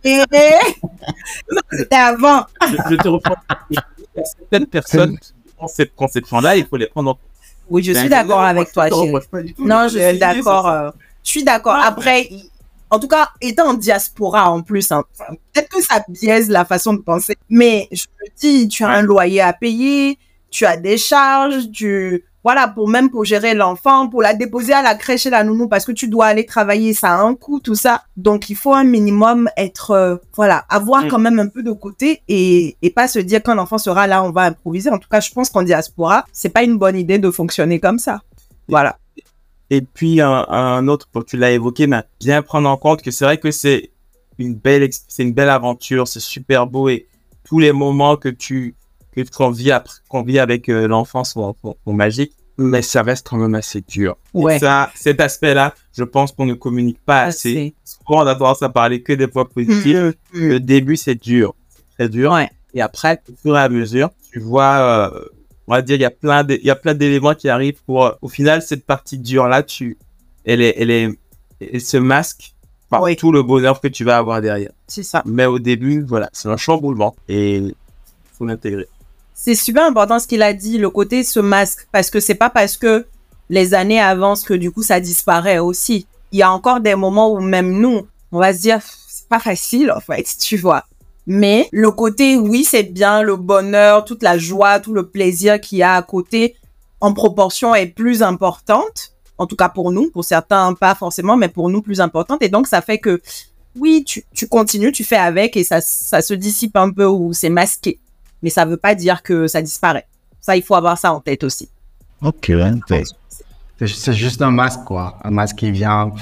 C'était avant. Je, je te reproche. Certaines personnes qui ont cette conception-là, il faut les prendre en compte. Oui, je suis d'accord avec toi, chérie. Non, je suis d'accord. Euh, je suis d'accord. Après, en tout cas, étant en diaspora en plus, hein, peut-être que ça biaise la façon de penser. Mais je me dis, tu as un loyer à payer, tu as des charges, tu voilà, pour même pour gérer l'enfant, pour la déposer à la crèche et la nounou, parce que tu dois aller travailler, ça a un coût, tout ça. Donc, il faut un minimum être, euh, voilà, avoir quand même un peu de côté et, et pas se dire quand l'enfant sera là, on va improviser. En tout cas, je pense qu'en diaspora, c'est pas une bonne idée de fonctionner comme ça. Voilà. Et puis, un, un autre, tu l'as évoqué, mais bien prendre en compte que c'est vrai que c'est une belle, c'est une belle aventure, c'est super beau et tous les moments que tu, que qu'on vit, qu'on vit avec euh, l'enfant sont, sont, sont magiques, mais ça reste quand même assez dur. Ouais. Et ça, cet aspect-là, je pense qu'on ne communique pas assez. assez. Souvent, on a tendance à parler que des points positifs. Mmh. Le début, c'est dur. C'est très dur. Ouais. Et après, au fur et à mesure, tu vois, euh, on va dire, il y a plein de, il y a plein d'éléments qui arrivent pour, euh, au final, cette partie dure-là, tu, elle est, elle est, elle se masque par oui. tout le bonheur que tu vas avoir derrière. C'est ça. Mais au début, voilà, c'est un chamboulement et il faut l'intégrer. C'est super important ce qu'il a dit, le côté se masque, parce que c'est pas parce que les années avancent que du coup ça disparaît aussi. Il y a encore des moments où même nous, on va se dire, c'est pas facile en fait, tu vois. Mais le côté, oui, c'est bien, le bonheur, toute la joie, tout le plaisir qu'il y a à côté, en proportion est plus importante. En tout cas pour nous, pour certains pas forcément, mais pour nous plus importante. Et donc ça fait que, oui, tu, tu continues, tu fais avec et ça, ça se dissipe un peu ou c'est masqué. Mais ça veut pas dire que ça disparaît. Ça, il faut avoir ça en tête aussi. Ok, c'est, c'est juste un masque, quoi. Un masque qui vient.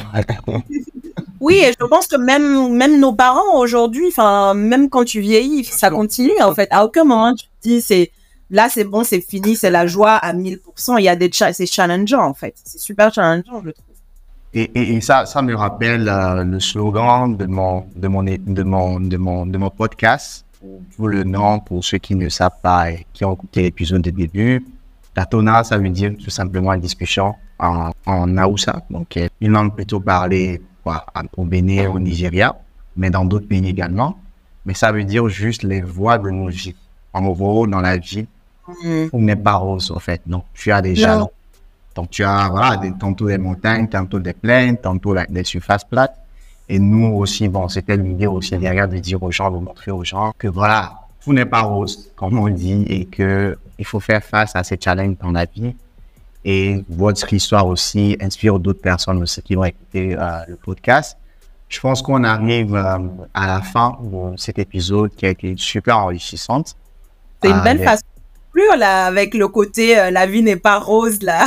Oui, et je pense que même, même nos parents aujourd'hui, enfin, même quand tu vieillis, ça continue, en fait. À aucun moment, tu te dis, c'est, là, c'est bon, c'est fini, c'est la joie à mille pour cent. Il y a des, cha- c'est challengeant, en fait. C'est super challengeant, je trouve. Et, et, et ça, ça me rappelle euh, le slogan de mon, de mon, de mon, de mon, de mon podcast. Pour le nom, pour ceux qui ne savent pas et qui ont écouté l'épisode du début, Tatona, ça veut dire tout simplement une discussion en, en Hausa, donc une langue plutôt parlée quoi, au Bénin, au Nigeria, mais dans d'autres pays également. Mais ça veut dire juste les voies de nos vies. En gros, dans la vie, mmh. on n'est pas rose, en fait. Donc, tu as des jalons. Donc, tu as voilà, des, tantôt des montagnes, tantôt des plaines, tantôt la, des surfaces plates. Et nous aussi, bon, c'était l'idée aussi derrière de dire aux gens, de montrer aux gens que voilà, tout n'est pas rose, comme on dit, et que il faut faire face à ces challenges dans la vie. Et votre histoire aussi inspire d'autres personnes aussi qui vont écouter euh, le podcast. Je pense qu'on arrive euh, à la fin de cet épisode qui a été super enrichissante. C'est une euh, belle les... façon de conclure là, avec le côté euh, la vie n'est pas rose là.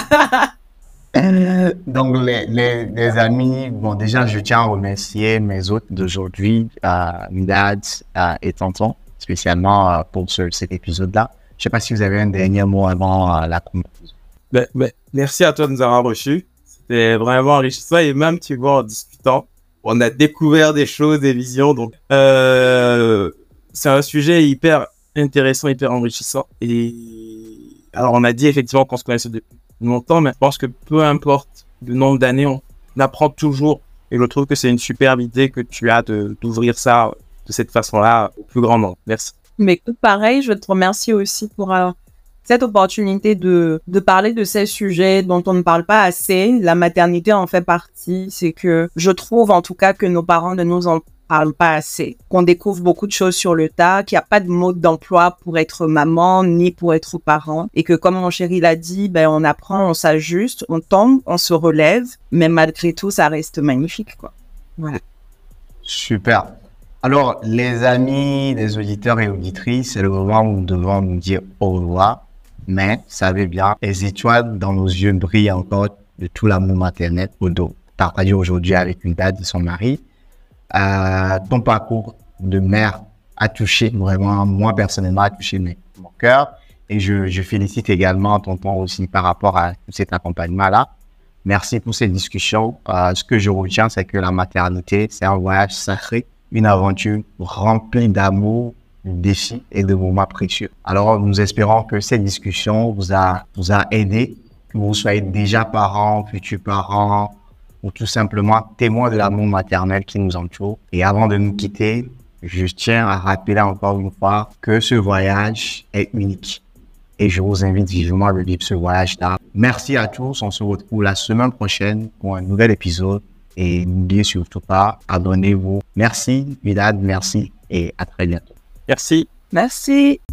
Euh, donc, les, les, les amis, bon, déjà, je tiens à remercier mes hôtes d'aujourd'hui, euh, Midad euh, et Tonton, spécialement euh, pour ce, cet épisode-là. Je ne sais pas si vous avez un dernier mot avant euh, la conclusion. Ben, ben, merci à toi de nous avoir reçus. C'était vraiment enrichissant et même, tu vois, en discutant, on a découvert des choses, des visions. Donc, euh, c'est un sujet hyper intéressant, hyper enrichissant. Et alors, on a dit effectivement qu'on se connaissait depuis longtemps, mais je pense que peu importe le nombre d'années, on apprend toujours. Et je trouve que c'est une superbe idée que tu as de, d'ouvrir ça de cette façon-là au plus grand nombre. Merci. Mais écoute, pareil, je te remercie aussi pour euh, cette opportunité de, de parler de ces sujets dont on ne parle pas assez. La maternité en fait partie. C'est que je trouve en tout cas que nos parents ne nous en parlent pas assez, qu'on découvre beaucoup de choses sur le tas, qu'il n'y a pas de mode d'emploi pour être maman ni pour être parent et que comme mon chéri l'a dit, ben on apprend, on s'ajuste, on tombe, on se relève, mais malgré tout ça reste magnifique quoi. Voilà. Super. Alors, les amis, les auditeurs et auditrices, c'est le moment où nous devons nous dire au revoir. Mais, savez bien, les étoiles dans nos yeux brillent encore de tout l'amour maternel au dos. Partagé aujourd'hui avec une date de son mari. Euh, ton parcours de mère a touché vraiment, moi personnellement, a touché mes, mon cœur. Et je, je félicite également tonton aussi par rapport à tout cet accompagnement-là. Merci pour cette discussion. Euh, ce que je retiens, c'est que la maternité, c'est un voyage sacré, une aventure remplie d'amour, de défis et de moments précieux. Alors, nous espérons que cette discussion vous a, vous a aidé, que vous soyez déjà parents, futurs parents, ou tout simplement témoins de l'amour maternel qui nous entoure. Et avant de nous quitter, je tiens à rappeler encore une fois que ce voyage est unique. Et je vous invite vivement à vivre ce voyage-là. Merci à tous. On se retrouve la semaine prochaine pour un nouvel épisode. Et n'oubliez surtout pas, abonnez-vous. Merci, Milad, merci et à très bientôt. Merci. Merci.